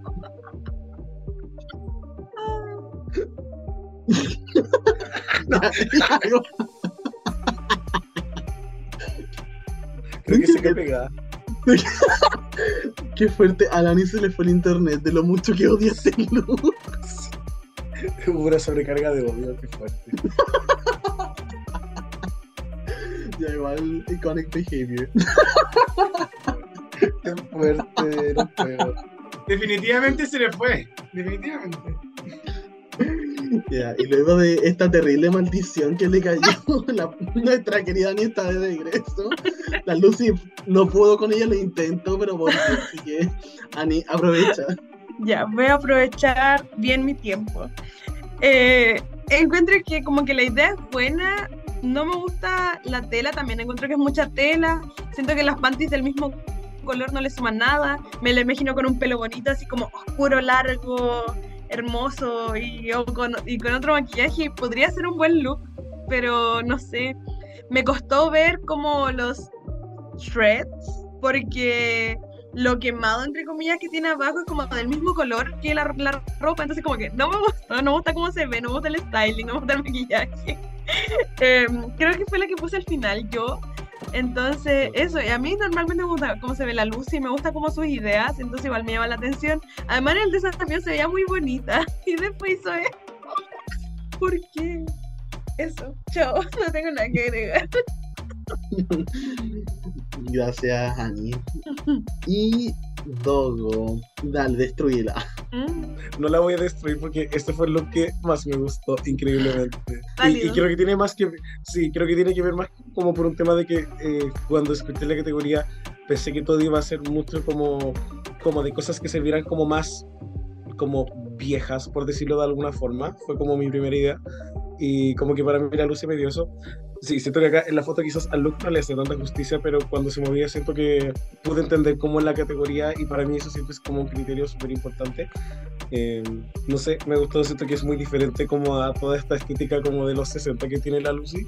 Creo que se quedó pegada. Qué fuerte, a Lani se le fue el internet de lo mucho que odia este look. Hubo una sobrecarga de odio, qué fuerte. Ya igual, iconic behavior. Qué fuerte, no puedo. Definitivamente se le fue. Definitivamente. Ya, y luego de esta terrible maldición que le cayó, nuestra querida Annie está de regreso. La Lucy no pudo con ella, lo intentó, pero volvió. Así que, Annie, aprovecha. Ya, voy a aprovechar bien mi tiempo. Encuentro que como que la idea es buena. No me gusta la tela, también encuentro que es mucha tela. Siento que las panties del mismo color no le suman nada. Me la imagino con un pelo bonito, así como oscuro, largo, hermoso y con otro maquillaje. Podría ser un buen look, pero no sé. Me costó ver como los shreds, porque lo quemado, entre comillas, que tiene abajo es como del mismo color que la ropa. Entonces como que no me gusta cómo se ve, no me gusta el styling, no me gusta el maquillaje. Creo que fue la que puse al final yo. Entonces eso, y a mí normalmente me gusta cómo se ve la luz y me gusta como sus ideas, entonces igual me llama la atención. Además en el desafío se veía muy bonita y después hizo eso. ¿Por qué? Eso, chao, no tengo nada que agregar. Gracias, Annie. Y Dogo, dale, destruyela. No la voy a destruir porque este fue lo que más me gustó, increíblemente. Y Válido. creo que tiene más que... Sí, creo que tiene que ver más como por un tema de que cuando escuché la categoría pensé que todo iba a ser mucho como de cosas que se vieran como más como viejas, por decirlo de alguna forma. Fue como mi primera idea. Y como que para mí la luz se me dio eso. Sí, siento que acá en la foto quizás al look no le hace tanta justicia, pero cuando se movía siento que pude entender cómo es la categoría y para mí eso siempre es como un criterio súper importante. No sé, me gustó, siento que es muy diferente como a toda esta estética como de los 60 que tiene la Lucy.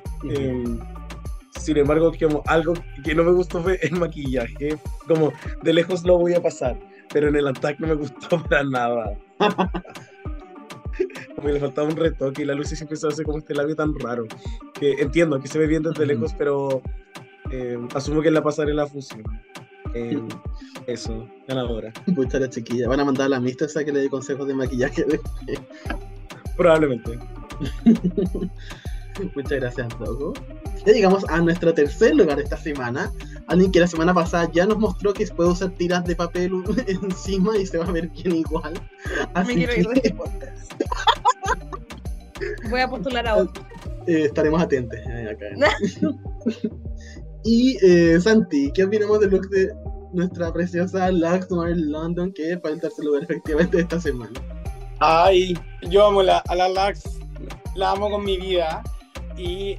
Sin embargo, como algo que no me gustó fue el maquillaje. Como de lejos lo voy a pasar, pero en el attack no me gustó para nada. Como que le faltaba un retoque y la Lucy siempre se hace como este labio tan raro. Que entiendo que se ve bien desde lejos, pero asumo que en la pasarela funciona. Eso, ganadora. Pucha la chiquilla. Van a mandar a la mista esa que le dé consejos de maquillaje. Probablemente. Muchas gracias, Dogo. Ya llegamos a nuestro tercer lugar esta semana. Alguien que la semana pasada ya nos mostró que puede usar tiras de papel encima y se va a ver bien igual. Así Me quiero ir de que este podcast. Voy a postular a otro. estaremos atentos acá. Y Santi, ¿qué opinamos del look de nuestra preciosa Lux Noir London, que es para el tercer lugar efectivamente esta semana? Ay, yo amo a la Lux, la amo con mi vida. Y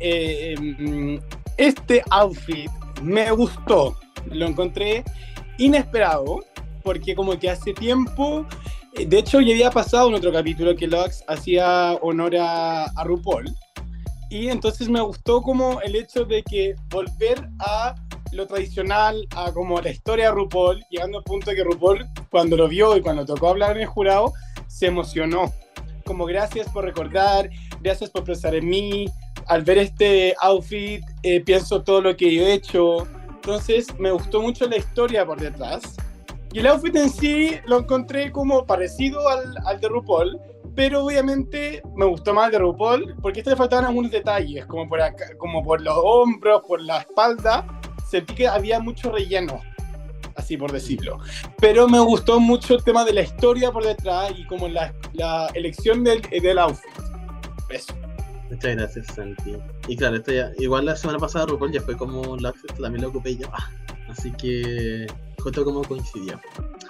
este outfit me gustó, lo encontré inesperado, porque como que hace tiempo, de hecho ya había pasado en otro capítulo que Lux hacía honor a RuPaul, y entonces me gustó como el hecho de que volver a lo tradicional, a como la historia de RuPaul, llegando al punto de que RuPaul, cuando lo vio y cuando tocó hablar en el jurado, se emocionó. Como gracias por recordar, gracias por pensar en mí, al ver este outfit pienso todo lo que yo he hecho. Entonces me gustó mucho la historia por detrás. Y el outfit en sí lo encontré como parecido al de RuPaul, pero obviamente me gustó más el de RuPaul porque este le faltaban algunos detalles, como por acá, como por los hombros, por la espalda. Sentí que había mucho relleno, así por decirlo. Pero me gustó mucho el tema de la historia por detrás y como la elección del outfit. Eso. Muchas gracias, Santi. Y claro, esto ya, igual la semana pasada RuPaul ya fue como Lux, también lo ocupé yo. Así que justo como coincidió.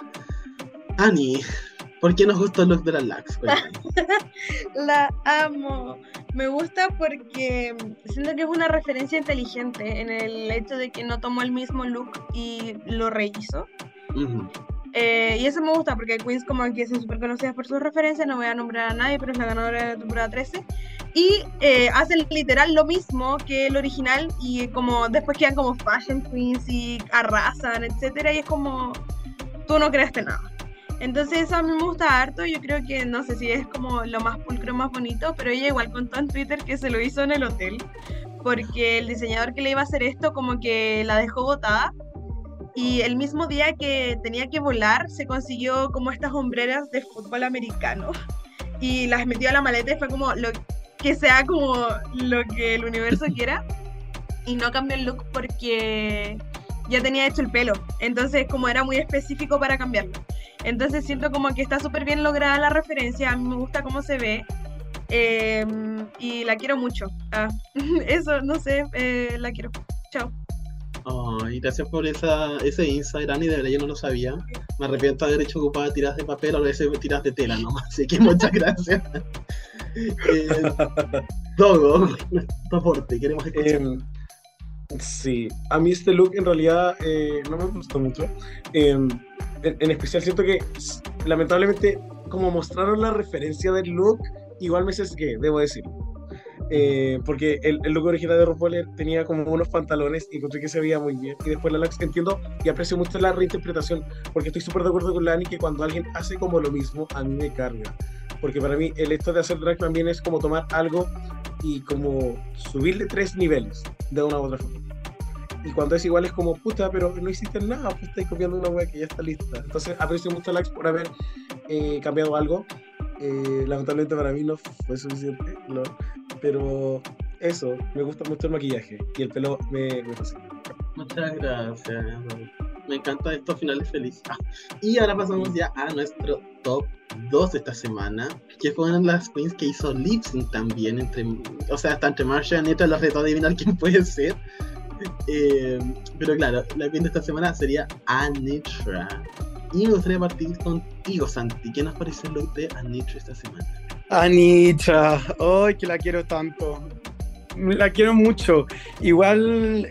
Ani, ¿por qué nos gustó el look de la Lux? La amo. Me gusta porque siento que es una referencia inteligente en el hecho de que no tomó el mismo look y lo rehizo. Y eso me gusta porque Queens como que son súper conocidas por sus referencias, no voy a nombrar a nadie, pero es la ganadora de la temporada 13. Y hacen literal lo mismo que el original y como después quedan como fashion queens y arrasan, etcétera, y es como, tú no creaste nada. Entonces eso a mí me gusta harto, yo creo que no sé si es como lo más pulcro, más bonito, pero ella igual contó en Twitter que se lo hizo en el hotel, porque el diseñador que le iba a hacer esto como que la dejó botada. Y el mismo día que tenía que volar, se consiguió como estas hombreras de fútbol americano y las metió a la maleta y fue como lo que sea como lo que el universo quiera. Y no cambió el look porque ya tenía hecho el pelo. Entonces como era muy específico para cambiarlo. Entonces siento como que está súper bien lograda la referencia. A mí me gusta cómo se ve. Y la quiero mucho. Eso, no sé, la quiero. Chao. Ay, gracias por ese Instagram, y de verdad yo no lo sabía. Me arrepiento de haber hecho ocupadas tiras de papel, ahora hice tiras de tela nomás, así que muchas gracias. Dogo, tu aporte, queremos escuchar. Sí, a mí este look en realidad no me gustó mucho. En especial siento que lamentablemente como mostraron la referencia del look, igual me sesgué, debo decirlo. Porque el look original de RuPaul tenía como unos pantalones y encontré que se veía muy bien. Y después la Lux entiendo y aprecio mucho la reinterpretación, porque estoy súper de acuerdo con la Ani que cuando alguien hace como lo mismo, a mí me carga. Porque para mí el hecho de hacer drag también es como tomar algo y como subirle 3 niveles de una u otra forma. Y cuando es igual es como, puta, pero no hiciste nada, pues estáis copiando una wea que ya está lista. Entonces aprecio mucho a Lux por haber cambiado algo. Lamentablemente para mí no fue suficiente, ¿no? Pero eso, me gusta mucho el maquillaje y el pelo me fascina. Muchas gracias. Me encantan estos finales felices. Y ahora pasamos ya a nuestro top 2 de esta semana, que fueron las queens que hizo lip sync también, está entre Marcia y Anitra, los retó a adivinar quién puede ser. Pero claro, la queen de esta semana sería Anitra. Y me gustaría partir contigo, Santi. ¿Qué nos parece el look de Anitra esta semana? Anitra, ¡ay, que la quiero tanto! La quiero mucho. Igual,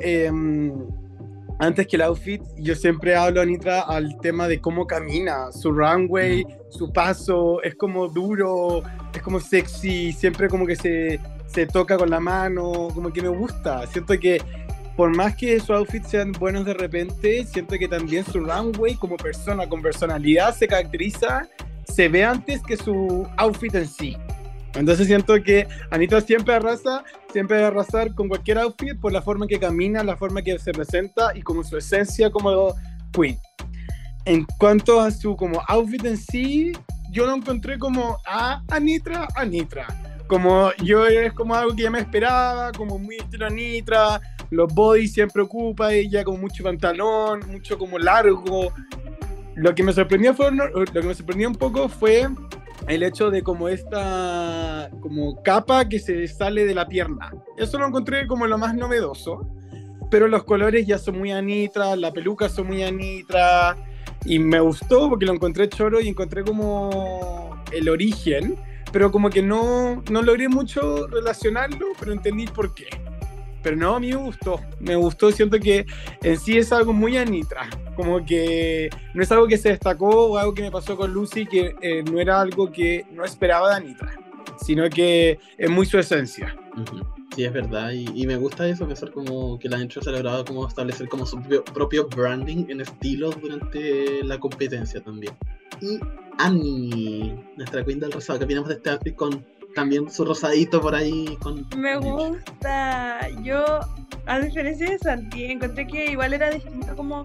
antes que el outfit, yo siempre hablo a Anitra al tema de cómo camina, su runway, su paso, es como duro, es como sexy, siempre como que se toca con la mano, como que me gusta. Siento que por más que sus outfits sean buenos de repente, siento que también su runway como persona, con personalidad, se caracteriza, se ve antes que su outfit en sí. Entonces siento que Anitra siempre arrasa, siempre va a arrasar con cualquier outfit por la forma en que camina, la forma en que se presenta y como su esencia como queen. En cuanto a su como outfit en sí, yo lo encontré como Anitra. Como yo es como algo que ya me esperaba, como muy estilo Anitra, los bodies siempre ocupa ella, con mucho pantalón, mucho como largo. Lo que me sorprendió un poco fue el hecho de como esta como capa que se sale de la pierna. Eso lo encontré como lo más novedoso, pero los colores ya son muy Anitra, la peluca son muy Anitra, y me gustó porque lo encontré choro y encontré como el origen, pero como que no logré mucho relacionarlo, pero entendí por qué. Pero no, a mí me gustó, siento que en sí es algo muy Anitra, como que no es algo que se destacó o algo que me pasó con Lucy, que no era algo que no esperaba de Anitra, sino que es muy su esencia. Sí, es verdad, y me gusta eso, pensar como que la Anitra se ha logrado como establecer como su propio branding en estilos durante la competencia también. Y Annie, nuestra queen del rosado, ¿qué opinamos de este outfit con también su rosadito por ahí? Me gusta. Yo, a diferencia de Santi, encontré que igual era distinto como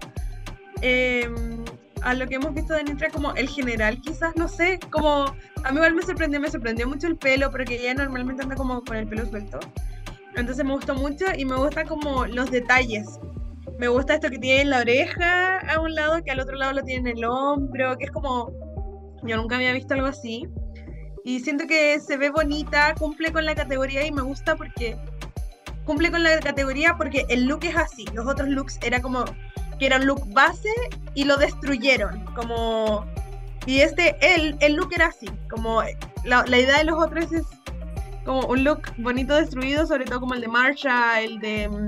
a lo que hemos visto de Anitra, como el general, quizás, no sé, como a mí igual me sorprendió mucho el pelo, porque ella normalmente anda como con el pelo suelto. Entonces me gustó mucho y me gusta como los detalles. Me gusta esto que tiene en la oreja a un lado, que al otro lado lo tiene en el hombro, que es como, yo nunca había visto algo así. Y siento que se ve bonita, cumple con la categoría y me gusta porque cumple con la categoría porque el look es así. Los otros looks era como que era un look base y lo destruyeron. Como, y el look era así. Como la idea de los otros es como un look bonito destruido, sobre todo como el de Marcia, el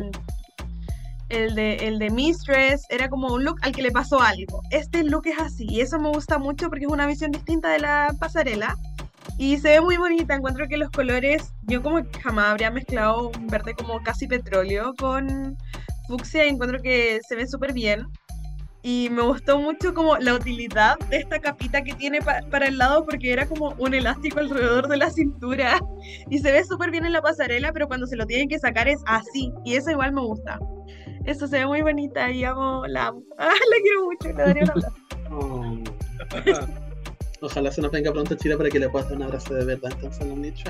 de Mistress, era como un look al que le pasó algo. Este look es así y eso me gusta mucho porque es una visión distinta de la pasarela. Y se ve muy bonita, encuentro que los colores, yo como que jamás habría mezclado un verde como casi petróleo con fucsia y encuentro que se ve súper bien. Y me gustó mucho como la utilidad de esta capita que tiene para el lado porque era como un elástico alrededor de la cintura. Y se ve súper bien en la pasarela, pero cuando se lo tienen que sacar es así. Y eso igual me gusta. Eso se ve muy bonita y la amo. La quiero mucho, le daría un abrazo. Ojalá se nos venga pronto Chile para que le puedas dar un abrazo de verdad, entonces lo han dicho.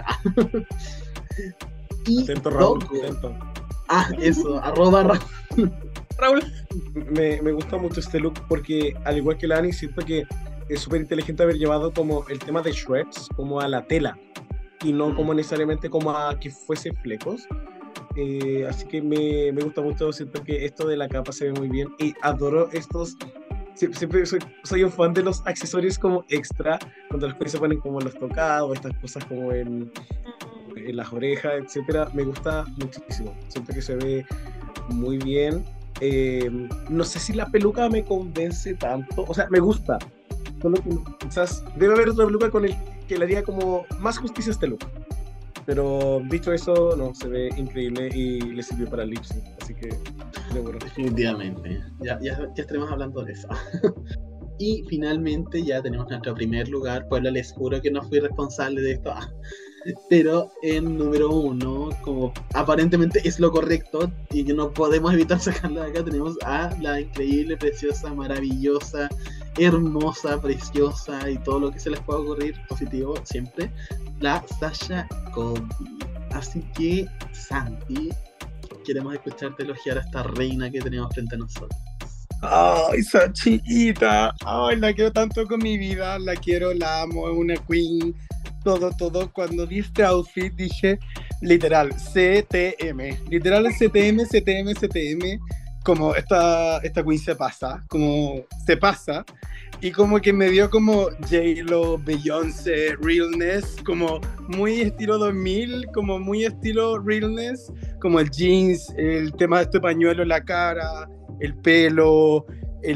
Y Atento, Raúl, atento. Eso, @Raúl. Me gusta mucho este look porque, al igual que Lani, siento que es súper inteligente haber llevado como el tema de shreds como a la tela y no como necesariamente como a que fuese flecos. Así que me gusta mucho, siento que esto de la capa se ve muy bien y adoro estos. Siempre soy un fan de los accesorios como extra, cuando las cosas se ponen como los tocados, estas cosas como en las orejas, etcétera. Me gusta muchísimo, siento que se ve muy bien. No sé si la peluca me convence tanto, o sea, me gusta, solo que quizás debe haber otra peluca con el que le haría como más justicia a este look. Pero dicho eso, no, se ve increíble y le sirvió para el lip sync, así que bueno. Definitivamente, ya estaremos hablando de eso. Y finalmente ya tenemos nuestro primer lugar. Puebla, les juro que no fui responsable de esto, pero en número 1, como aparentemente es lo correcto y que no podemos evitar sacarla de acá, tenemos a la increíble, preciosa, maravillosa, hermosa, preciosa y todo lo que se les pueda ocurrir positivo siempre, la Sasha Colby. Así que, Santi, queremos escucharte elogiar a esta reina que tenemos frente a nosotros. Ay, esa chiquita. Ay, la quiero tanto con mi vida. La quiero, la amo, es una queen. Todo, todo. Cuando vi este outfit dije, literal, CTM. Literal, CTM, CTM, CTM. Como esta queen se pasa. Como se pasa. Y como que me dio como J-Lo, Beyoncé, realness, como muy estilo 2000, como muy estilo realness, como el jeans, el tema de este pañuelo en la cara, el pelo,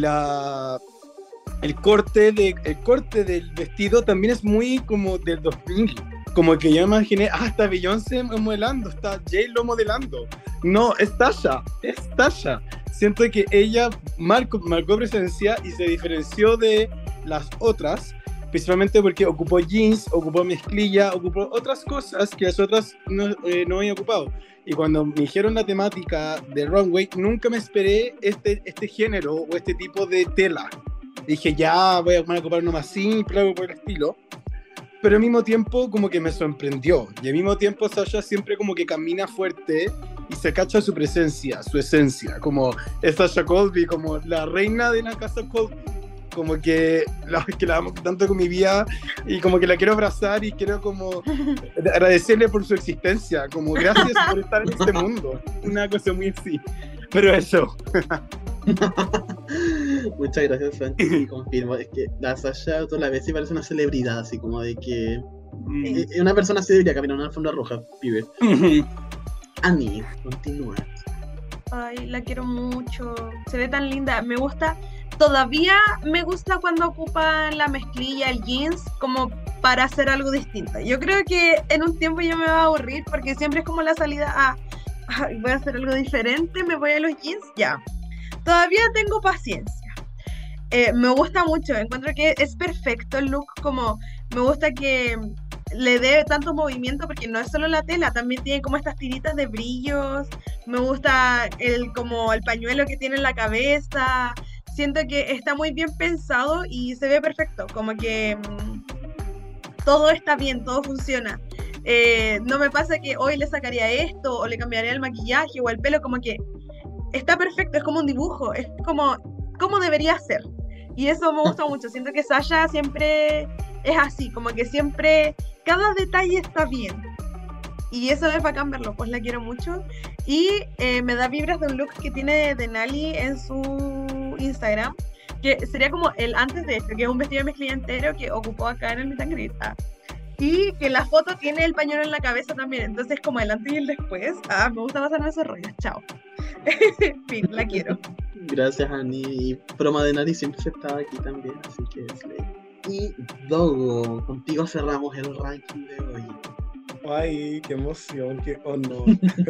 el corte del vestido también es muy como del 2000. Como que yo imaginé, está Beyoncé modelando, está J-Lo modelando. No, es Tasha. Siento que ella marcó presencia y se diferenció de las otras, principalmente porque ocupó jeans, ocupó mezclilla, ocupó otras cosas que las otras no habían ocupado. Y cuando me dijeron la temática de runway, nunca me esperé este género o este tipo de tela. Dije, ya voy a ocupar uno más simple, algo por el estilo. Pero al mismo tiempo como que me sorprendió. Y al mismo tiempo Sasha siempre como que camina fuerte y se cacha su presencia, su esencia. Como es Sasha Colby, como la reina de la casa Colby. Como que la amo tanto con mi vida y como que la quiero abrazar y quiero como agradecerle por su existencia. Como gracias por estar en este mundo. Una cosa muy así. Pero eso. Muchas gracias, Santi. Confirmo, es que la Sasha toda la vez sí parece una celebridad, así como de que una persona así debería caminar en una alfombra roja, pibe. Ani, continúa. Ay, la quiero mucho. Se ve tan linda. Me gusta. Todavía me gusta cuando ocupan la mezclilla, el jeans, como para hacer algo distinto. Yo creo que en un tiempo ya me va a aburrir porque siempre es como la salida a voy a hacer algo diferente, me voy a los jeans, ya. Todavía tengo paciencia. Me gusta mucho, encuentro que es perfecto el look, como me gusta que le dé tanto movimiento porque no es solo la tela, también tiene como estas tiritas de brillos. Me gusta como el pañuelo que tiene en la cabeza. Siento que está muy bien pensado y se ve perfecto, como que todo está bien, todo funciona. No me pasa que hoy le sacaría esto o le cambiaría el maquillaje o el pelo, como que está perfecto, es como un dibujo, es como debería ser. Y eso me gusta mucho, siento que Sasha siempre es así, como que siempre cada detalle está bien. Y eso es bacán verlo, pues la quiero mucho. Y me da vibras de un look que tiene Denali en su Instagram, que sería como el antes de esto, que es un vestido de mezclilla entero que ocupó acá en el Meet and Greet. Y que la foto tiene el pañuelo en la cabeza también, entonces como el antes y el después. Me gusta pasarme esos rollos, chao. Fin, la quiero. Gracias, Ani. Y Proma de Nari siempre estaba aquí también, así que y Dogo, contigo cerramos el ranking de hoy. Ay, qué emoción, qué honor.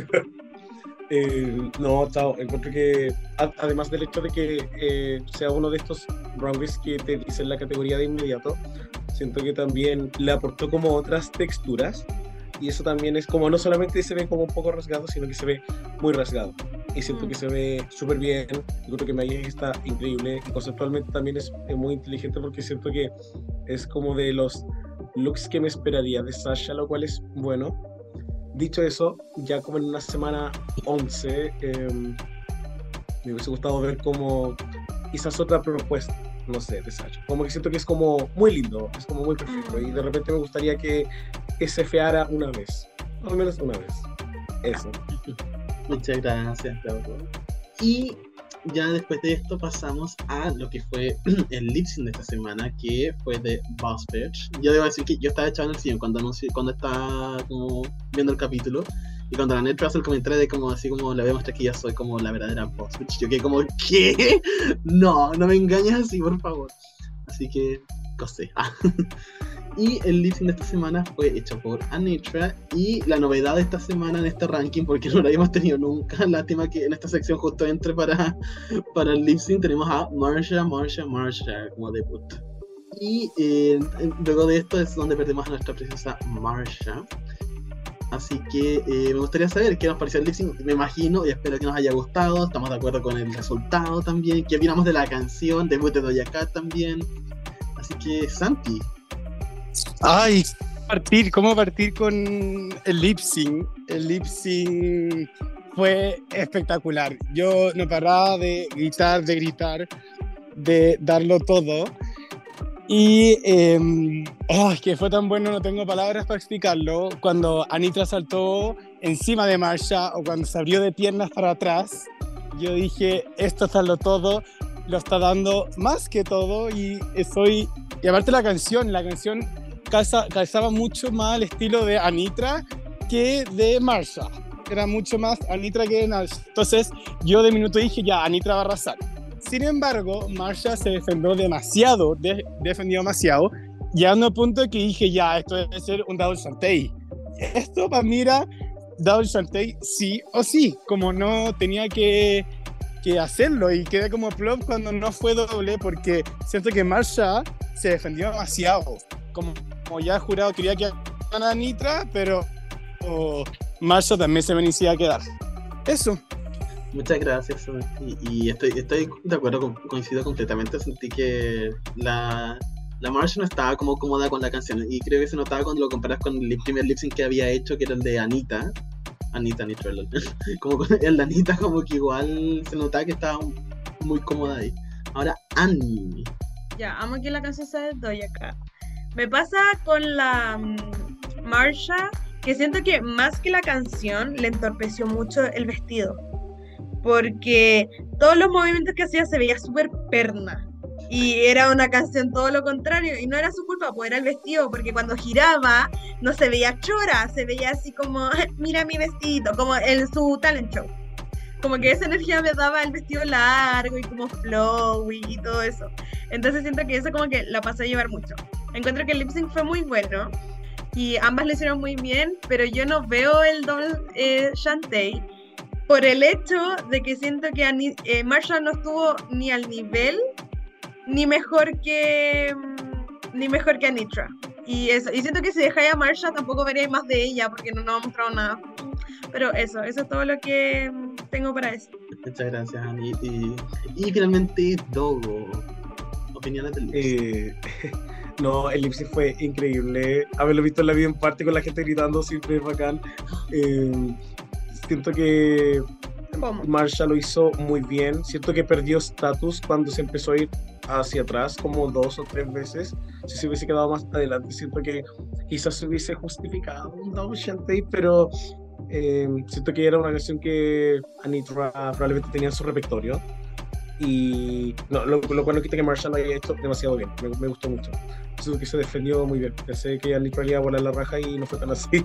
No, chao, encuentro que además del hecho de que sea uno de estos runways que te dicen la categoría de inmediato, siento que también le aportó como otras texturas y eso también es como, no solamente se ve como un poco rasgado, sino que se ve muy rasgado y siento que se ve súper bien. Yo creo que Mayes está increíble y conceptualmente también es muy inteligente porque siento que es como de los looks que me esperaría de Sasha, lo cual es bueno. Dicho eso, ya como en una semana 11 me hubiese gustado ver como quizás otra propuesta, no sé, de Sasha. Como que siento que es como muy lindo, es como muy perfecto y de repente me gustaría que se feara una vez, al menos una vez. Eso. Muchas gracias, Laura. Y ya después de esto pasamos a lo que fue el lip sync de esta semana, que fue de Boss Bitch. Yo debo decir que yo estaba echado en el sillón cuando estaba como viendo el capítulo, y cuando la Net hace el comentario de como así como la vemos que ya soy como la verdadera Boss Bitch, yo quedé como, ¿qué? No me engañas así, por favor. Así que, cosé. Y el lip sync de esta semana fue hecho por Anitra, y la novedad de esta semana en este ranking, porque no la habíamos tenido nunca, lástima que en esta sección justo entre para el lip sync, tenemos a Marsha como debut. Y luego de esto es donde perdemos a nuestra princesa Marsha. Así que me gustaría saber qué nos pareció el lip sync. Me imagino y espero que nos haya gustado. Estamos de acuerdo con el resultado también. ¿Qué opinamos de la canción? Debut de Doja Cat también. Así que, Santi. ¿Cómo partir con el lip sync? El lip sync fue espectacular. Yo no paraba de gritar, de darlo todo. Y es que fue tan bueno, no tengo palabras para explicarlo. Cuando Anitra saltó encima de Marsha o cuando se abrió de piernas para atrás, yo dije, esto es darlo todo, lo está dando más que todo. Y aparte la canción calzaba mucho más al estilo de Anitra que de Marsha. Era mucho más Anitra que Marsha. Entonces yo de minuto dije, ya, Anitra va a arrasar. Sin embargo, Marsha se defendió demasiado, llegando a un punto que dije, ya, esto debe ser un double shantay. Esto para mí era double shantay sí o sí, como no tenía que hacerlo, y quedé como flop cuando no fue doble, porque siento que Marsha se defendió demasiado. Como ya el jurado quería que ganara Anitra, pero Marsha también se merecía quedar. Eso. Muchas gracias, y estoy de acuerdo, coincido completamente. Sentí que la Marsha no estaba como cómoda con la canción, y creo que se notaba cuando lo comparas con el primer lip sync que había hecho, que era el de Anita, como con el de Anita, como que igual se notaba que estaba muy cómoda ahí. Ahora, Annie. Ya, amo que la canción sea de Doja Cat. Me pasa con la Marsha, que siento que más que la canción le entorpeció mucho el vestido, porque todos los movimientos que hacía se veía súper perna, y era una canción todo lo contrario, y no era su culpa, pues era el vestido, porque cuando giraba no se veía chora, se veía así como, mira mi vestido, como en su talent show, como que esa energía me daba el vestido largo y como flowy y todo eso. Entonces siento que eso como que la pasé a llevar mucho. Encuentro que el lip sync fue muy bueno y ambas lo hicieron muy bien, pero yo no veo el double shantay por el hecho de que siento que Marsha no estuvo ni al nivel ni mejor que Anitra, y siento que si dejáis a Marsha tampoco veréis más de ella porque no nos ha mostrado nada. Pero eso es todo lo que tengo para eso. Muchas gracias, Ani. Y finalmente, Dogo, opiniones del lip sync. No, el lip sync fue increíble. Haberlo visto en la vida en parte con la gente gritando siempre es bacán. Siento que Marsha lo hizo muy bien. Siento que perdió estatus cuando se empezó a ir hacia atrás como 2 o 3 veces. Si se hubiese quedado más adelante, siento que quizás se hubiese justificado un double shantay, pero siento que era una canción que Anitra probablemente tenía en su repertorio, y no, lo cual no quita que Marsha lo haya hecho demasiado bien. Me gustó mucho. Siento que se defendió muy bien. Pensé que Anitra le iba a volar la raja y no fue tan así.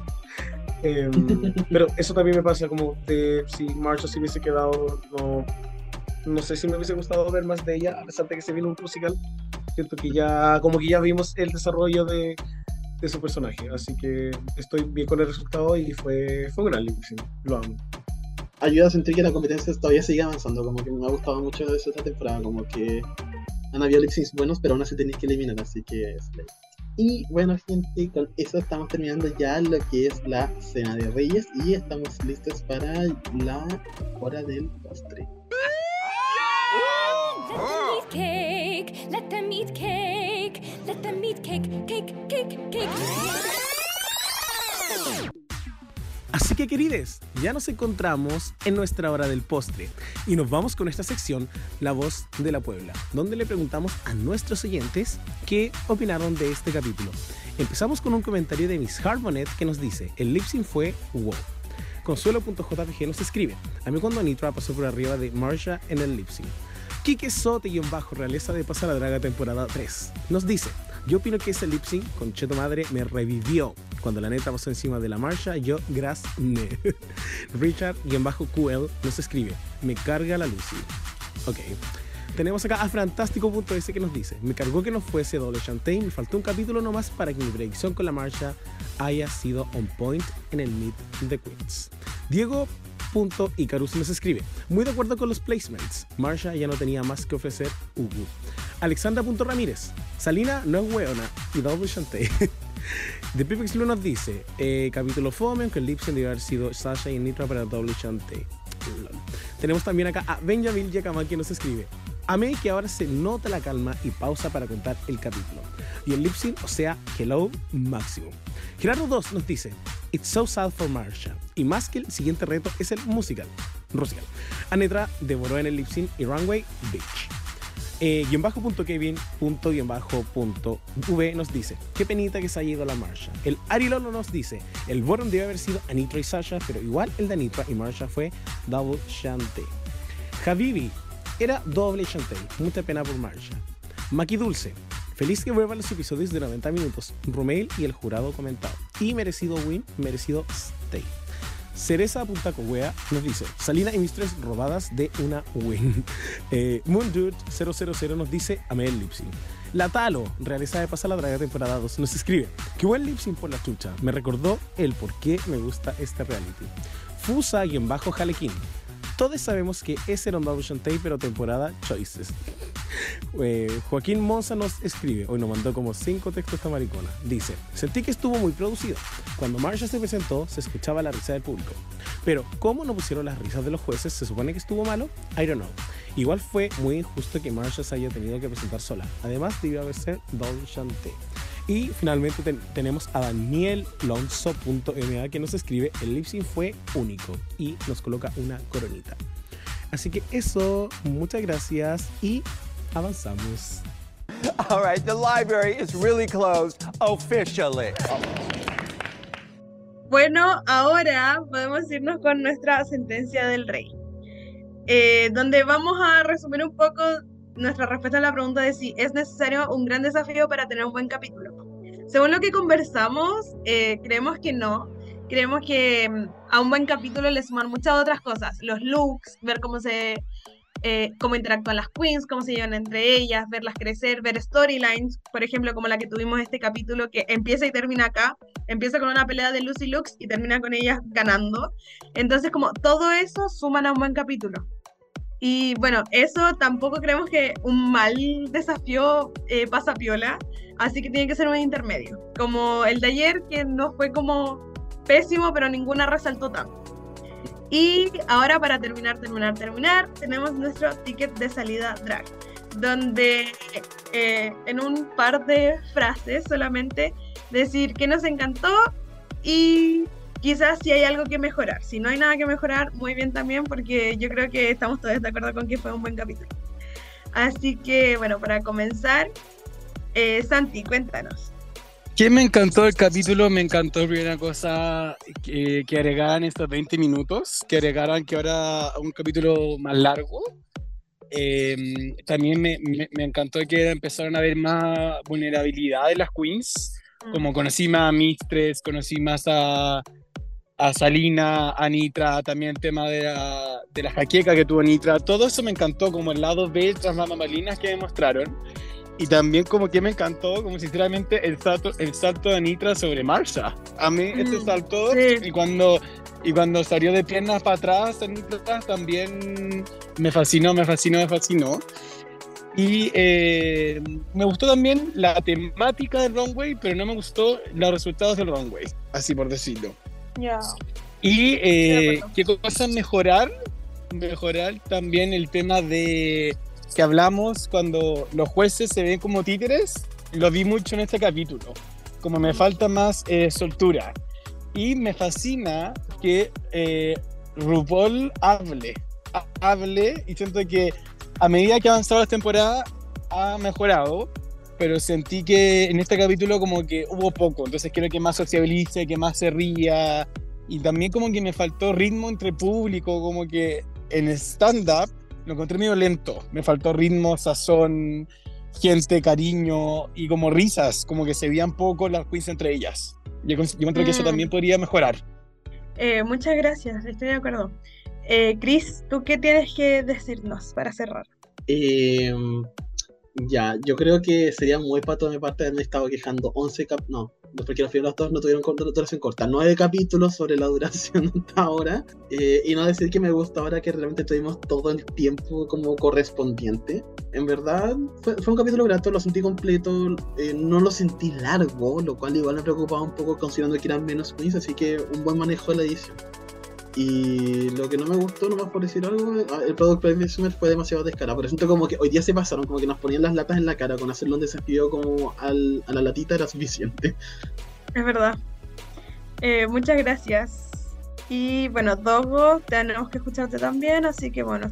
Pero eso también me pasa, como si Marsha se hubiese quedado, no sé si me hubiese gustado ver más de ella, a pesar de que se vino un musical. Siento que ya vimos el desarrollo de su personaje, así que estoy bien con el resultado y fue un gran lip sync. Lo amo. Ayuda a sentir que la competencia todavía sigue avanzando, como que me ha gustado mucho eso esta temporada, como que han habido lip syncs buenos, pero aún así tenéis que eliminar, así que y bueno, gente, con eso estamos terminando ya lo que es la cena de Reyes y estamos listos para la hora del postre. Let them eat cake. Let them eat cake. Cake. Así que, querides, ya nos encontramos en nuestra hora del postre y nos vamos con esta sección, La Voz de la Puebla, donde le preguntamos a nuestros oyentes qué opinaron de este capítulo. Empezamos con un comentario de Miss Harmonet que nos dice: el lip sync fue wow. Consuelo.jpg nos escribe: a mí cuando Anitra pasó por arriba de Marsha en el lip sync. Quique Sote-Realeza de Pasa la Draga temporada 3 nos dice: yo opino que ese lip sync con Cheto Madre me revivió. Cuando la neta pasó encima de la Marsha, yo grasné. Richard-QL nos escribe: me carga la Lucy. Ok. Tenemos acá a Fantástico.s que nos dice: me cargó que no fuese doble shantay, me faltó un capítulo nomás para que mi predicción con la Marsha haya sido on point en el Meet the Queens. Diego.Icarus nos escribe: muy de acuerdo con los placements, Marsha ya no tenía más que ofrecer. Alexandra.Ramírez: Salina no es hueona y double shantay. The Pipix Blue nos dice: capítulo fome, aunque el lip sync debe haber sido Sasha y Nitra para double shantay. Tenemos también acá a Benjamin Yakama que nos escribe: amé que ahora se nota la calma y pausa para contar el capítulo. Y el lip sync, o sea, hello máximo. Gerardo 2 nos dice: It's So Sad for Marsha. Y más que el siguiente reto es el musical. Anitra devoró en el lip sync y Runway Bitch. _Kevin._V nos dice: qué penita que se haya ido la Marsha. El Ari Lolo nos dice: el bottom debe haber sido Anitra y Sasha, pero igual el de Anitra y Marsha fue double Shantae. Habibi era doble Shantae, mucha pena por Marsha. Maki Dulce: feliz que vuelvan los episodios de 90 minutos. Rumail y el jurado comentado. Y merecido win, merecido stay. Cereza Punta Cogüea nos dice: Salina y mis 3 robadas de una win. Moondude 000 nos dice: amé el lip sync. La Talo, realeza de Pasa la Draga temporada 2, nos escribe: qué buen lip sync por la chucha. Me recordó el por qué me gusta este reality. Fusa-Jalequín: todos sabemos que ese era un double Shantae, pero temporada choices. Joaquín Monza nos escribe, hoy nos mandó como 5 textos esta maricona. Dice: sentí que estuvo muy producido. Cuando Marsha se presentó se escuchaba la risa del público, pero como no pusieron las risas de los jueces, se supone que estuvo malo. I don't know. Igual fue muy injusto que Marsha se haya tenido que presentar sola. Además debió haber sido double Shantae. Y finalmente tenemos a daniellonzo.ma que nos escribe: el lip sync fue único, y nos coloca una coronita. Así que eso, muchas gracias y avanzamos. All right, the library is really closed officially. Bueno, ahora podemos irnos con nuestra sentencia del rey, donde vamos a resumir un poco nuestra respuesta a la pregunta de si es necesario un gran desafío para tener un buen capítulo. Según lo que conversamos, creemos que no. Creemos que a un buen capítulo le suman muchas otras cosas. Los looks, ver cómo interactúan las queens, cómo se llevan entre ellas, verlas crecer, ver storylines, por ejemplo, como la que tuvimos este capítulo, que empieza y termina acá. Empieza con una pelea de Lucy Lux y termina con ellas ganando. Entonces, como todo eso suman a un buen capítulo. Y bueno, eso tampoco creemos que un mal desafío pasa piola, así que tiene que ser un intermedio. Como el de ayer, que no fue como pésimo, pero ninguna resaltó tanto. Y ahora, para terminar, tenemos nuestro ticket de salida drag, donde en un par de frases solamente decir que nos encantó y quizás si hay algo que mejorar. Si no hay nada que mejorar, muy bien también, porque yo creo que estamos todos de acuerdo con que fue un buen capítulo. Así que, bueno, para comenzar, Santi, cuéntanos. ¿Qué me encantó del capítulo? Me encantó la primera cosa que agregaran estos 20 minutos, que agregaran que ahora un capítulo más largo. También me encantó que empezaron a haber más vulnerabilidad de las queens, como conocí más a Mistress, conocí más a Salina, a Nitra, también el tema de la jaqueca que tuvo Nitra. Todo eso me encantó, como el lado B tras las bambalinas que me mostraron. Y también como que me encantó, como sinceramente, el salto de Nitra sobre Marsha. A mí este salto, sí. y cuando salió de piernas para atrás, Nitra también me fascinó. Y me gustó también la temática del runway, pero no me gustó los resultados del runway, así por decirlo. Yeah. Y qué cosas mejorar también el tema de que hablamos cuando los jueces se ven como títeres. Lo vi mucho en este capítulo, como me falta más soltura, y me fascina que RuPaul hable, y siento que a medida que ha avanzado la temporada ha mejorado, pero sentí que en este capítulo como que hubo poco, entonces quiero que más sociabilice, que más se ría, y también como que me faltó ritmo entre público, como que en stand-up lo encontré medio lento, me faltó ritmo, sazón, gente, cariño y como risas, como que se veían poco las queens entre ellas. Yo encuentro que eso también podría mejorar. Muchas gracias, estoy de acuerdo. Chris, ¿tú qué tienes que decirnos para cerrar? Ya, yo creo que sería muy pato de mi parte haberme estado quejando 11 no, porque los primeros dos no tuvieron duración corta, 9 capítulos sobre la duración hasta ahora, y no decir que me gusta ahora que realmente tuvimos todo el tiempo como correspondiente. En verdad, fue un capítulo grato, lo sentí completo, no lo sentí largo, lo cual igual me preocupaba un poco considerando que eran menos queens, así que un buen manejo de la edición. Y lo que no me gustó, nomás por decir algo, el product placement fue demasiado descarado, pero siento como que hoy día se pasaron, como que nos ponían las latas en la cara, con hacerle un desafío como a la latita era suficiente. Es verdad. Muchas gracias. Y bueno, Dogo, tenemos que escucharte también, así que bueno.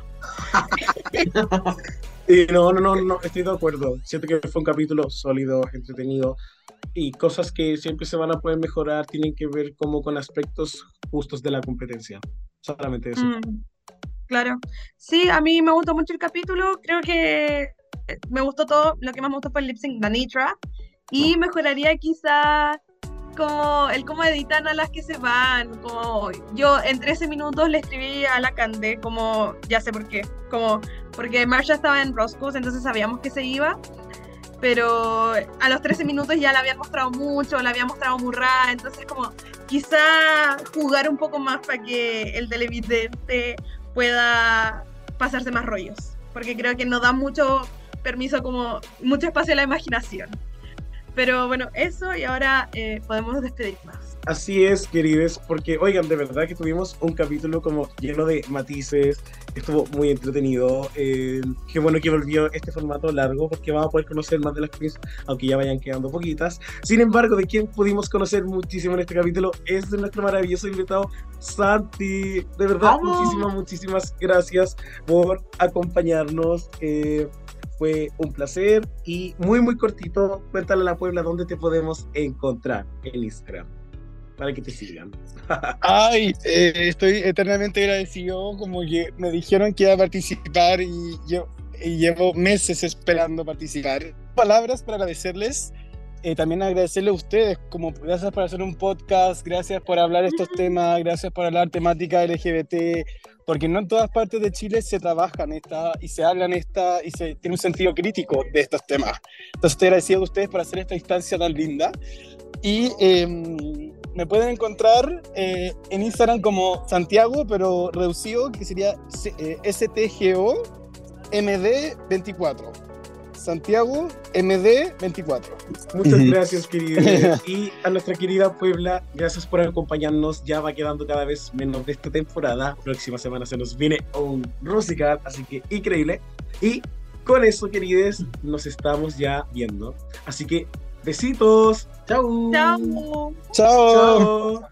No, estoy de acuerdo. Siento que fue un capítulo sólido, entretenido y cosas que siempre se van a poder mejorar tienen que ver como con aspectos justos de la competencia. Solamente eso. Claro. Sí, a mí me gustó mucho el capítulo. Creo que me gustó todo. Lo que más me gustó fue el lip sync de Anitra. Y mejoraría quizá como el cómo editan a las que se van. Como yo en 13 minutos le escribí a la Cande, como ya sé por qué. Como porque Marsha estaba en Roscoe's, entonces sabíamos que se iba. Pero a los 13 minutos ya la habían mostrado mucho, la habían mostrado muy rara, entonces como quizá jugar un poco más para que el televidente pueda pasarse más rollos, porque creo que no da mucho permiso, como mucho espacio a la imaginación. Pero bueno, eso, y ahora podemos despedirnos. Así es, queridos, porque oigan, de verdad que tuvimos un capítulo como lleno de matices, estuvo muy entretenido, qué bueno que volvió este formato largo porque vamos a poder conocer más de las queens, aunque ya vayan quedando poquitas. Sin embargo, de quien pudimos conocer muchísimo en este capítulo es de nuestro maravilloso invitado Santi. De verdad, muchísimas gracias por acompañarnos. Fue un placer y muy cortito, cuéntale a la Puebla dónde te podemos encontrar en Instagram para que te sigan. Ay, estoy eternamente agradecido, como que me dijeron que iba a participar y llevo meses esperando participar. Palabras para agradecerles, también agradecerle a ustedes, como gracias por hacer un podcast, gracias por hablar estos temas, gracias por hablar temática LGBT, porque no en todas partes de Chile se trabajan y se hablan y se tiene un sentido crítico de estos temas. Entonces estoy agradecido a ustedes por hacer esta instancia tan linda. Y me pueden encontrar en Instagram como Santiago, pero reducido, que sería STGO MD24. Santiago MD24. Muchas gracias, querido. Y a nuestra querida Puebla, gracias por acompañarnos. Ya va quedando cada vez menos de esta temporada. Próxima semana se nos viene un musical, así que increíble. Y con eso, queridos, nos estamos ya viendo. Así que besitos. Chau. Chao. Chao.